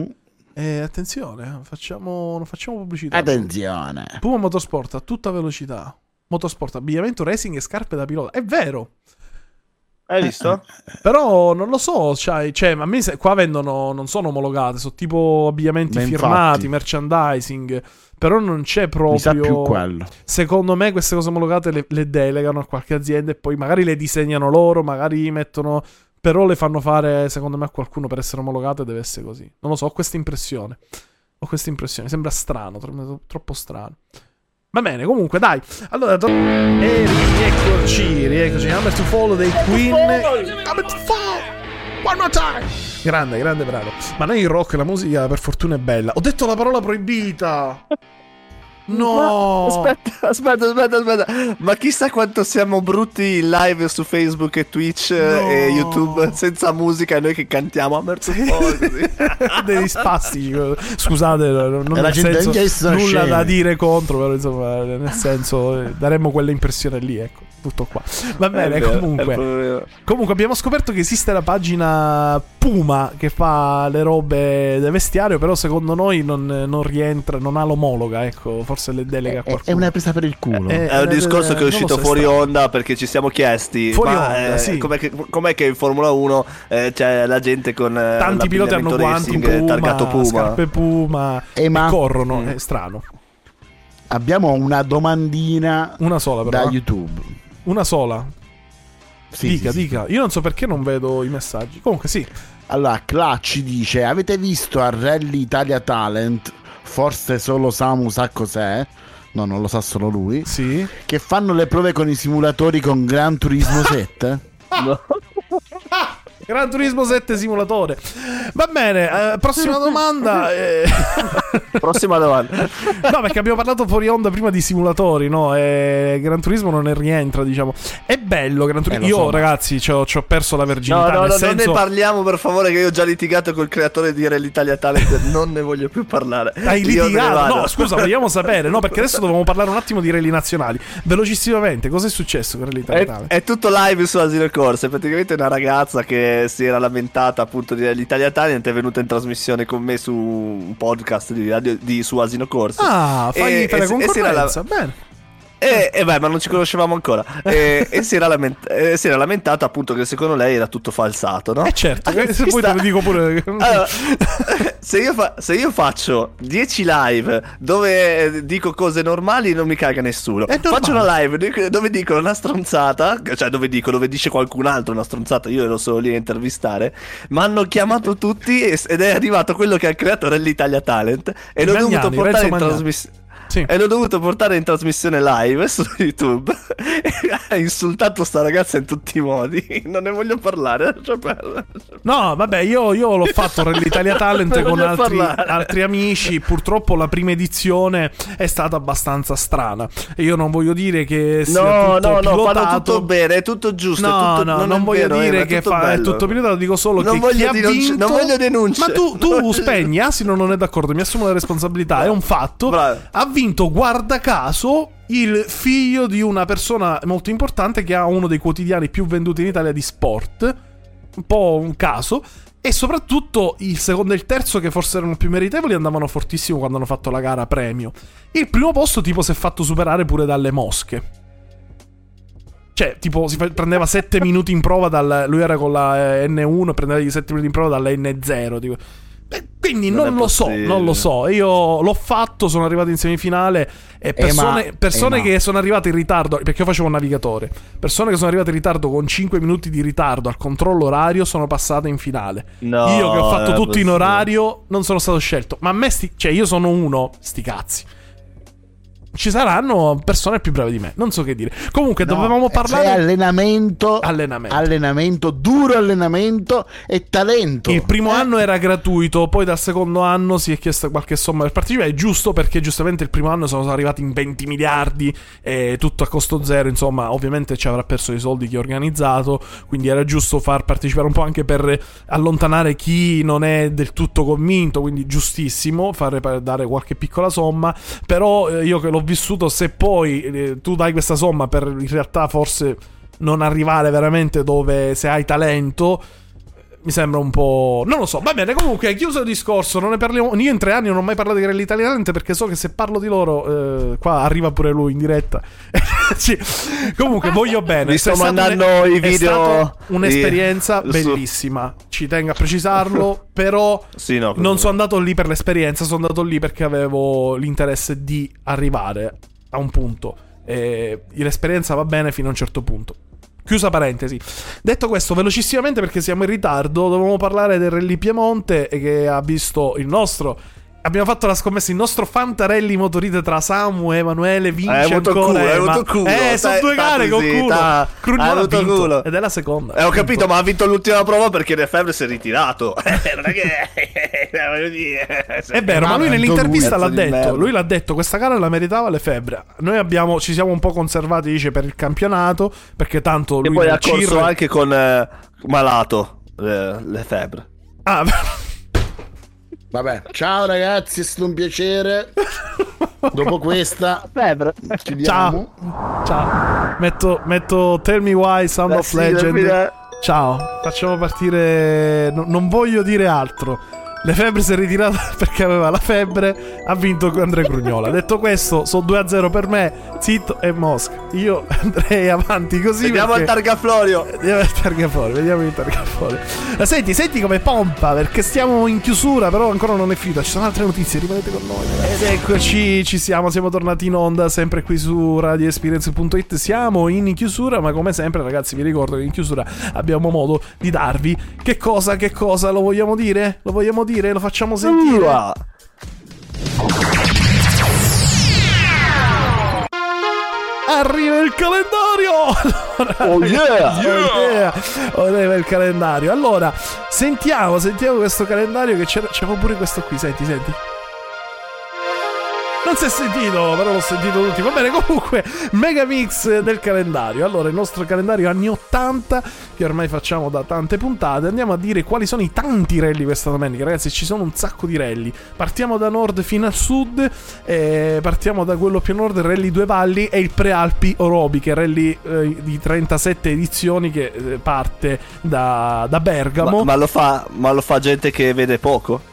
E attenzione, facciamo, non facciamo pubblicità. Attenzione. Puma Motorsport a tutta velocità. Motorsport, abbigliamento racing e scarpe da pilota. È vero. Hai visto? Però non lo so, cioè, cioè a me se, qua vendono, non sono omologate, sono tipo abbigliamenti Ma firmati, infatti. merchandising, però non c'è proprio... Mi sa più quello. Secondo me queste cose omologate le, le delegano a qualche azienda e poi magari le disegnano loro, magari mettono... Però le fanno fare, secondo me, a qualcuno per essere omologate deve essere così. Non lo so, ho questa impressione. Ho questa impressione, sembra strano, tro- troppo strano. Va bene, comunque, dai. Allora, to- e rieccoci, rieccoci. Number to Follow dei Queen. Number to Follow. One more time. Grande, grande, bravo. Ma noi il rock, la musica, per fortuna è bella. Ho detto la parola proibita. No. Aspetta, aspetta, aspetta, aspetta. Ma chissà quanto siamo brutti in live su Facebook e Twitch No. e YouTube senza musica e noi che cantiamo a merda un po' così. Degli spasti. Scusate, non E la nel gente senso anche sono nulla scemi. da dire contro, però insomma, nel senso eh, daremmo quella impressione lì, ecco. Tutto qua. Va bene, È vero, è comunque. proprio vero. Comunque abbiamo scoperto che esiste la pagina Puma che fa le robe del vestiario, però secondo noi non, non rientra, non ha l'omologa, ecco, forse le delega a È, qualcuno. è una presa per il culo. Eh, È un discorso che è non uscito lo so, è fuori strano. onda perché ci siamo chiesti Fuori ma, onda, eh, sì. com'è, che, com'è che in Formula uno eh, c'è la gente con eh, Tanti piloti hanno l'abbigliamento guanti racing Puma, targato Puma. scarpe Puma Eh, e ma- corrono, Mm. è strano. Abbiamo una domandina Una sola però. da eh. YouTube. Una sola. Sì, dica, sì, sì. dica. Io non so perché non vedo i messaggi. Comunque sì. Allora, Cla ci dice: avete visto a Rally Italia Talent? Forse solo Samu sa cos'è. No, non lo sa solo lui. Sì. Che fanno le prove con i simulatori con Gran Turismo sette? Gran Turismo sette simulatore. Va bene, eh, prossima domanda. eh. Prossima domanda. No, perché abbiamo parlato fuori onda prima di simulatori, no? E Gran Turismo non ne rientra, diciamo. È bello Gran Turismo. Eh, lo Io, so, ma- ragazzi, ci ho, ci ho perso la No, verginità. no, no, nel non senso... ne parliamo per favore che io ho già litigato col creatore di Rally Italia Talent. Non ne voglio più parlare. Hai Io me ne litigato? vado. No, scusa, vogliamo sapere, no? Perché adesso dovevamo parlare un attimo di rally nazionali. Velocissimamente, cosa è successo con Rally Italia È, Talent? è tutto live su Asino Corse. Praticamente una ragazza che si era lamentata appunto di l'Italia Talent è venuta in trasmissione con me su un podcast di, radio, di su Asino Corse. Ah, fai E- fai la e si- e si era la- concorrenza. Bene. E, e beh, ma non ci conoscevamo ancora. E, e si, era lament- e si era lamentata appunto che secondo lei era tutto falsato, no? Eh certo, Allora, se ci poi sta- te lo dico pure. Allora, se, io fa- se io faccio dieci live dove dico cose normali non mi caga nessuno. È normale. Faccio una live dic- dove dico una stronzata, cioè dove dico dove dice qualcun altro una stronzata, io ero solo lì a intervistare. Mi hanno chiamato tutti e- ed è arrivato quello che ha creato l'Italia Talent e l'ho Magnani, dovuto portare Renzo in Magnani. trasmissione. Sì. E l'ho dovuto portare in trasmissione live su YouTube. E ha insultato sta ragazza in tutti i modi. Non ne voglio parlare. lascia perdere. No, vabbè, io, io l'ho fatto l'Italia Talent Non con voglio altri, parlare. altri amici. Purtroppo la prima edizione è stata abbastanza strana. E io non voglio dire che sia No, tutto no, no, pilotato. fanno tutto bene, è tutto giusto. No, è tutto, no, non, non, è voglio vero, dire Ema, che tutto fa, è bello. tutto pilotato, dico solo Non che voglio chi ha denunci- vinto... non voglio denunce. Ma tu, tu Non voglio- spegni, Asino non è d'accordo, mi assumo la responsabilità, è un fatto. Bravo. Ha vinto, guarda caso, il figlio di una persona molto importante che ha uno dei quotidiani più venduti in Italia di sport. Un po' un caso. E soprattutto il secondo e il terzo, che forse erano più meritevoli, andavano fortissimo quando hanno fatto la gara premio. Il primo posto tipo si è fatto superare pure dalle mosche. Cioè, tipo, si fa- prendeva sette minuti in prova dal... Lui era con la eh, N uno, prendeva sette minuti in prova dalla N zero. Tipo. Beh, quindi Non non, è lo so, possibile. non lo so. Io l'ho fatto, sono arrivato in semifinale e persone, ma- persone eh, ma- che sono arrivate in ritardo, perché io facevo un navigatore, persone che sono arrivate in ritardo con cinque minuti di ritardo al controllo orario sono passate in finale. No, io che ho fatto non è tutto in possibile. orario non sono stato scelto. Ma a me sti... Cioè, io sono uno, sti cazzi. Ci saranno persone più brave di me, non so che dire. Comunque No, dovevamo c'è parlare allenamento, Allenamento. allenamento, duro allenamento e talento. Il primo Eh, anno era gratuito, poi dal secondo anno si è chiesta qualche somma per partecipare. È giusto, perché giustamente il primo anno sono arrivati in venti miliardi e tutto a costo zero. Insomma, ovviamente ci avrà perso i soldi chi ha organizzato, quindi era giusto far partecipare un po' anche per allontanare chi non è del tutto convinto. Quindi giustissimo fare, per dare qualche piccola somma. Però eh, io che l'ho vissuto, se poi eh, tu dai questa somma per in realtà forse non arrivare veramente dove, se hai talento, mi sembra un po'... non lo so, va bene, comunque chiuso il discorso, non ne parliamo. Io in tre anni non ho mai parlato di Rally Italia Talent, perché so che se parlo di loro eh, qua arriva pure lui in diretta. Sì. Comunque voglio bene. Mi sto È stata mandando un- i è video stata un'esperienza di- bellissima, ci tengo a precisarlo. Però Sì, no, non sono andato lì per l'esperienza, sono andato lì perché avevo l'interesse di arrivare a un punto, e l'esperienza va bene fino a un certo punto. Chiusa parentesi. Detto questo, velocissimamente, perché siamo in ritardo, dovevamo parlare del Rally Piemonte, e che ha visto il nostro... abbiamo fatto la scommessa, il nostro Fantarelli Motorite tra Samu e Emanuele vince Hai avuto ancora. culo, hai eh, ma- avuto culo. Eh, sono Stai- due gare stati con culo. zitta. Crugnola Hai ha avuto vinto, culo. ed è la seconda. Eh, ho capito, ma ha vinto l'ultima prova perché Lefebvre si è ritirato. Non è che... voglio dire... È vero, ma lui Ma nell'intervista lui, l'ha pezzo di detto. merda. Lui l'ha detto, questa gara la meritava Lefebvre. Noi abbiamo, ci siamo un po' conservati, dice, per il campionato, perché tanto E lui poi nel ha corso C I R... anche con eh, Malato, eh, Lefebvre. Ah, Vabbè, ciao ragazzi, è stato un piacere. Dopo questa Lefebvre. chiudiamo. ciao. Ciao. Metto, metto Tell Me Why, Sound La of sigla Legend. finale. Ciao. Facciamo partire... no- non voglio dire altro. Lefebvre si è ritirato perché aveva la febbre. Ha vinto con Andrea Crugnola. Detto questo, sono due a zero per me. Zitto e Mosca. Io andrei avanti così. Vediamo il perché... Targaflorio. Vediamo il Targaflorio, vediamo il Targaflorio. Ma senti, senti come pompa, perché stiamo in chiusura, però ancora non è finita. Ci sono altre notizie, rimanete con noi. Ed eccoci, ci siamo, siamo tornati in onda, sempre qui su radio experience punto it. Siamo in chiusura, ma come sempre, ragazzi, vi ricordo che in chiusura abbiamo modo di darvi che cosa, che cosa, lo vogliamo dire? Lo vogliamo dire? Lo facciamo sentire? Ua. Arriva il calendario! Oh yeah! Oh yeah! Arriva il calendario. Allora, sentiamo, sentiamo questo calendario, che c'era, c'era pure questo qui, senti, senti. Non si è sentito, però l'ho sentito tutti. Va bene, comunque, mega mix del calendario. Allora, il nostro calendario anni ottanta, che ormai facciamo da tante puntate. Andiamo a dire quali sono i tanti rally questa domenica. Ragazzi, ci sono un sacco di rally. Partiamo da nord fino a sud. Eh, partiamo da quello più a nord, Rally Due Valli, e il Prealpi Orobi, che è rally eh, di trentasette edizioni, che eh, parte da, da Bergamo. Ma, ma lo fa, ma lo fa gente che vede poco?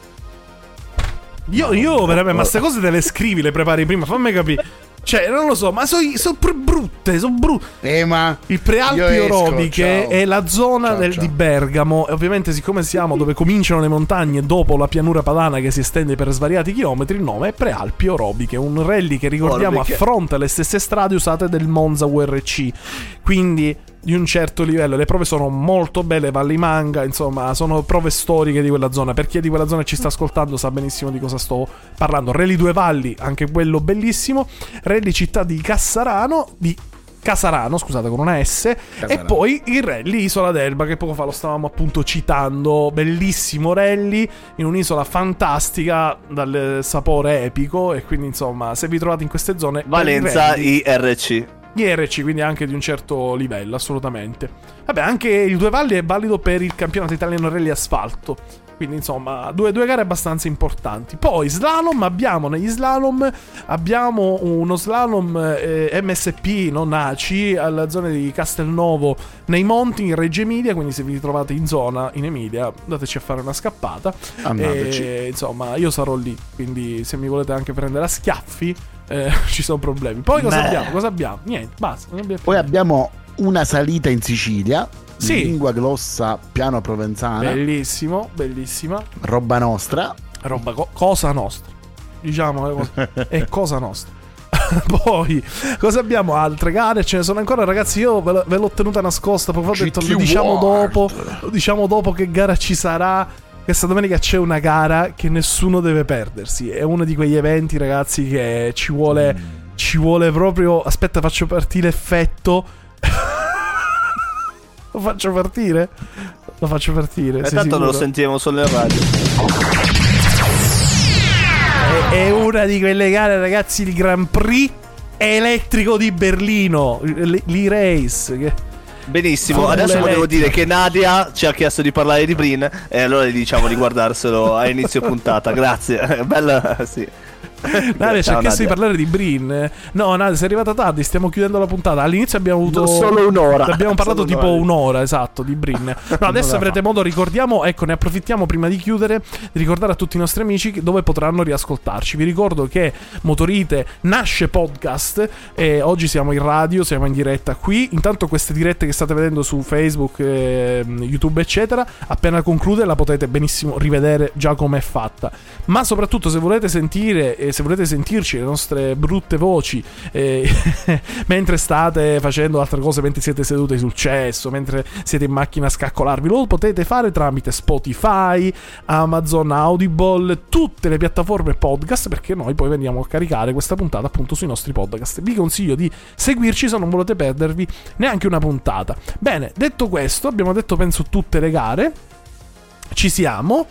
Io, io veramente, ma queste cose te le scrivi, le prepari prima, fammi capire. Cioè, non lo so, ma sono so brutte, sono brutte. Eh, ma Il Prealpi io esco, Orobi, che ciao. è la zona Ciao, del- ciao. di Bergamo. E ovviamente, siccome siamo dove cominciano le montagne, dopo la pianura padana che si estende per svariati chilometri, il nome è Prealpi Orobi, che è un rally che, ricordiamo, Orbi che- affronta le stesse strade usate del Monza U R C. Quindi di un certo livello, le prove sono molto belle, Vallimanga, insomma, sono prove storiche di quella zona. Per chi è di quella zona e ci sta ascoltando sa benissimo di cosa sto parlando. Rally Due Valli, anche quello bellissimo. Rally città di Cassarano, di Casarano, scusate, con una S. E poi il Rally Isola d'Elba, che poco fa lo stavamo appunto citando. Bellissimo rally in un'isola fantastica, dal sapore epico. E quindi, insomma, se vi trovate in queste zone, Valenza rally- I R C. I R C, quindi anche di un certo livello, assolutamente. Vabbè, anche il Due Valli è valido per il campionato italiano rally asfalto. Quindi, insomma, due, due gare abbastanza importanti. Poi slalom, abbiamo negli slalom, abbiamo uno slalom eh, M S P, non A C I, alla zona di Castelnovo, nei monti, in Reggio Emilia. Quindi se vi trovate in zona, in Emilia, andateci a fare una scappata. Andateci. E, insomma, io sarò lì, quindi se mi volete anche prendere a schiaffi, eh, ci sono problemi. Poi cosa Beh. abbiamo? Cosa abbiamo? Niente, basta. Non abbiamo Poi abbiamo una salita in Sicilia. Sì. Lingua glossa piano provenzana. Bellissimo, bellissima. Roba nostra. Roba co- cosa nostra. Diciamo, è cosa, è cosa nostra. Poi, cosa abbiamo? Altre gare? Ce ne sono ancora, ragazzi. Io ve, l- ve l'ho tenuta nascosta. Poi ho detto, G T lo diciamo World. dopo. Lo diciamo dopo che gara ci sarà. Questa domenica c'è una gara che nessuno deve perdersi. È uno di quegli eventi, ragazzi, che ci vuole. Ci vuole proprio. Aspetta, faccio partire effetto. Lo faccio partire? Lo faccio partire. E sei tanto non lo sicuro? sentiamo solo in radio. È, è una di quelle gare, ragazzi, il Grand Prix elettrico di Berlino, l- l'e-race. Che... Benissimo, Formula adesso volevo elettrica. dire che Nadia ci ha chiesto di parlare di Brin e allora gli diciamo di guardarselo a inizio puntata. Grazie. Bella, sì. Nade ci ha Ciao, chiesto di Nadia. parlare di Brin. No, Nade, sei arrivata tardi, stiamo chiudendo la puntata. All'inizio abbiamo avuto Solo un'ora. Abbiamo parlato Solo tipo un'ora. un'ora, esatto, di Brin. No, adesso avrete modo, ricordiamo, ecco, ne approfittiamo prima di chiudere, di ricordare a tutti i nostri amici che- dove potranno riascoltarci. Vi ricordo che Motorite nasce podcast e oggi siamo in radio, siamo in diretta qui. Intanto queste dirette che state vedendo su Facebook, eh, YouTube eccetera, appena conclude la potete benissimo rivedere già come è fatta. Ma soprattutto se volete sentire e se volete sentirci le nostre brutte voci eh, mentre state facendo altre cose, mentre siete seduti sul cesso, mentre siete in macchina a scaccolarvi, lo potete fare tramite Spotify, Amazon Audible, tutte le piattaforme podcast, perché noi poi veniamo a caricare questa puntata appunto sui nostri podcast. Vi consiglio di seguirci se non volete perdervi neanche una puntata. Bene, detto questo, abbiamo detto penso tutte le gare, ci siamo.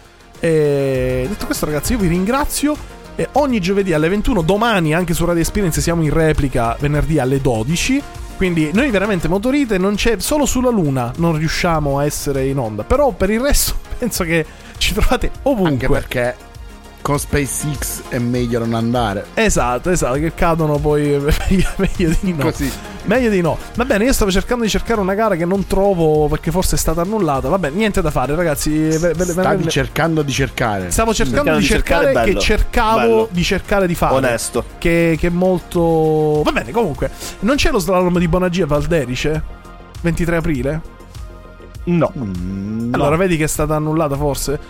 E detto questo, ragazzi, io vi ringrazio. E ogni giovedì alle ventuno, domani anche su Radio Experience siamo in replica venerdì alle dodici. Quindi noi veramente Motorite non c'è, solo sulla Luna non riusciamo a essere in onda. Però per il resto penso che ci trovate ovunque. Anche perché con SpaceX è meglio non andare. Esatto, esatto, che cadono poi meglio, meglio di no. Così. Meglio di no. Va bene, io stavo cercando di cercare una gara che non trovo perché forse è stata annullata. Va bene, niente da fare, ragazzi. Ve- ve- ve- Stavi ve- cercando di cercare. Stavo cercando Cercando di di cercare, cercare che bello. cercavo Bello. di cercare di fare. Onesto. Che, che è molto. Va bene, comunque. Non c'è lo slalom di Bonagia Valderice? ventitré aprile? No. Mm, Allora, no. vedi che è stata annullata forse?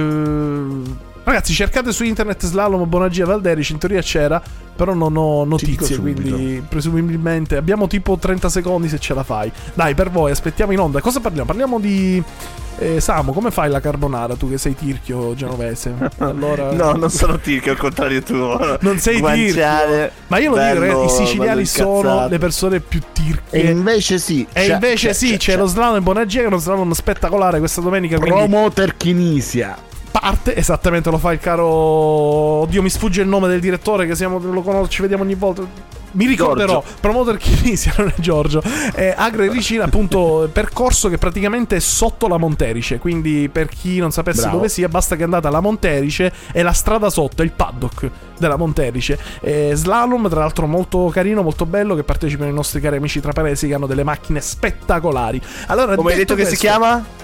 Ehm, Ragazzi, cercate su internet slalom Bonagia Valderice, in teoria c'era, però non ho notizie, dico subito. quindi presumibilmente abbiamo tipo trenta secondi se ce la fai. Dai, per voi, aspettiamo in onda. Cosa parliamo? Parliamo di eh, Samu, come fai la carbonara tu che sei tirchio genovese? Allora No, non sono tirchio, al contrario tuo. non sei Guanciale, tirchio. Ma io lo dico, bello, ragazzi, i siciliani bello sono incazzato. le persone più E tirchie. invece sì. E c'è- invece c'è- sì, c'è, c'è- lo slalom in Bonagia, che è uno slalom spettacolare questa domenica, quindi Promoter Kinisia. parte, esattamente, lo fa il caro, oddio mi sfugge il nome del direttore, che siamo, lo conosco, ci vediamo ogni volta, mi ricorderò. Giorgio. Promoter Kinisia, non è Giorgio. eh, Agro e Ricina, appunto, percorso che praticamente è sotto la Monterice, quindi per chi non sapesse Bravo. dove sia, basta che andate alla Monterice e la strada sotto è il paddock della Monterice. eh, Slalom, tra l'altro molto carino, molto bello, che partecipano i nostri cari amici trapanesi che hanno delle macchine spettacolari. Allora, Come hai detto che si questo- chiama?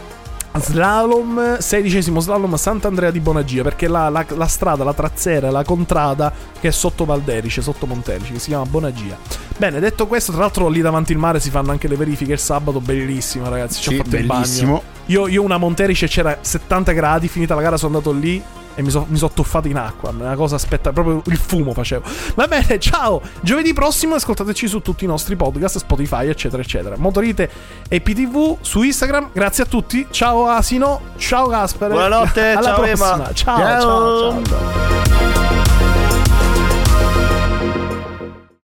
Slalom, sedicesimo slalom Sant'Andrea di Bonagia, perché la, la, la strada, la trazzera, la contrada che è sotto Valderice, sotto Monterice, che si chiama Bonagia. Bene, detto questo, tra l'altro lì davanti il mare si fanno anche le verifiche il sabato, bellissimo ragazzi, ci ho Sì, fatto il bellissimo. bagno. Io, io una Monterice c'era settanta gradi, finita la gara sono andato lì e mi sono so tuffato in acqua, una cosa aspetta, proprio il fumo facevo. Va bene, ciao, giovedì prossimo ascoltateci su tutti i nostri podcast, Spotify eccetera eccetera. Motorite e P T V su Instagram. Grazie a tutti, ciao Asino, ciao Gaspare, Buonanotte, alla ciao, prossima. Ema. Ciao, Ciao. ciao, ciao, ciao.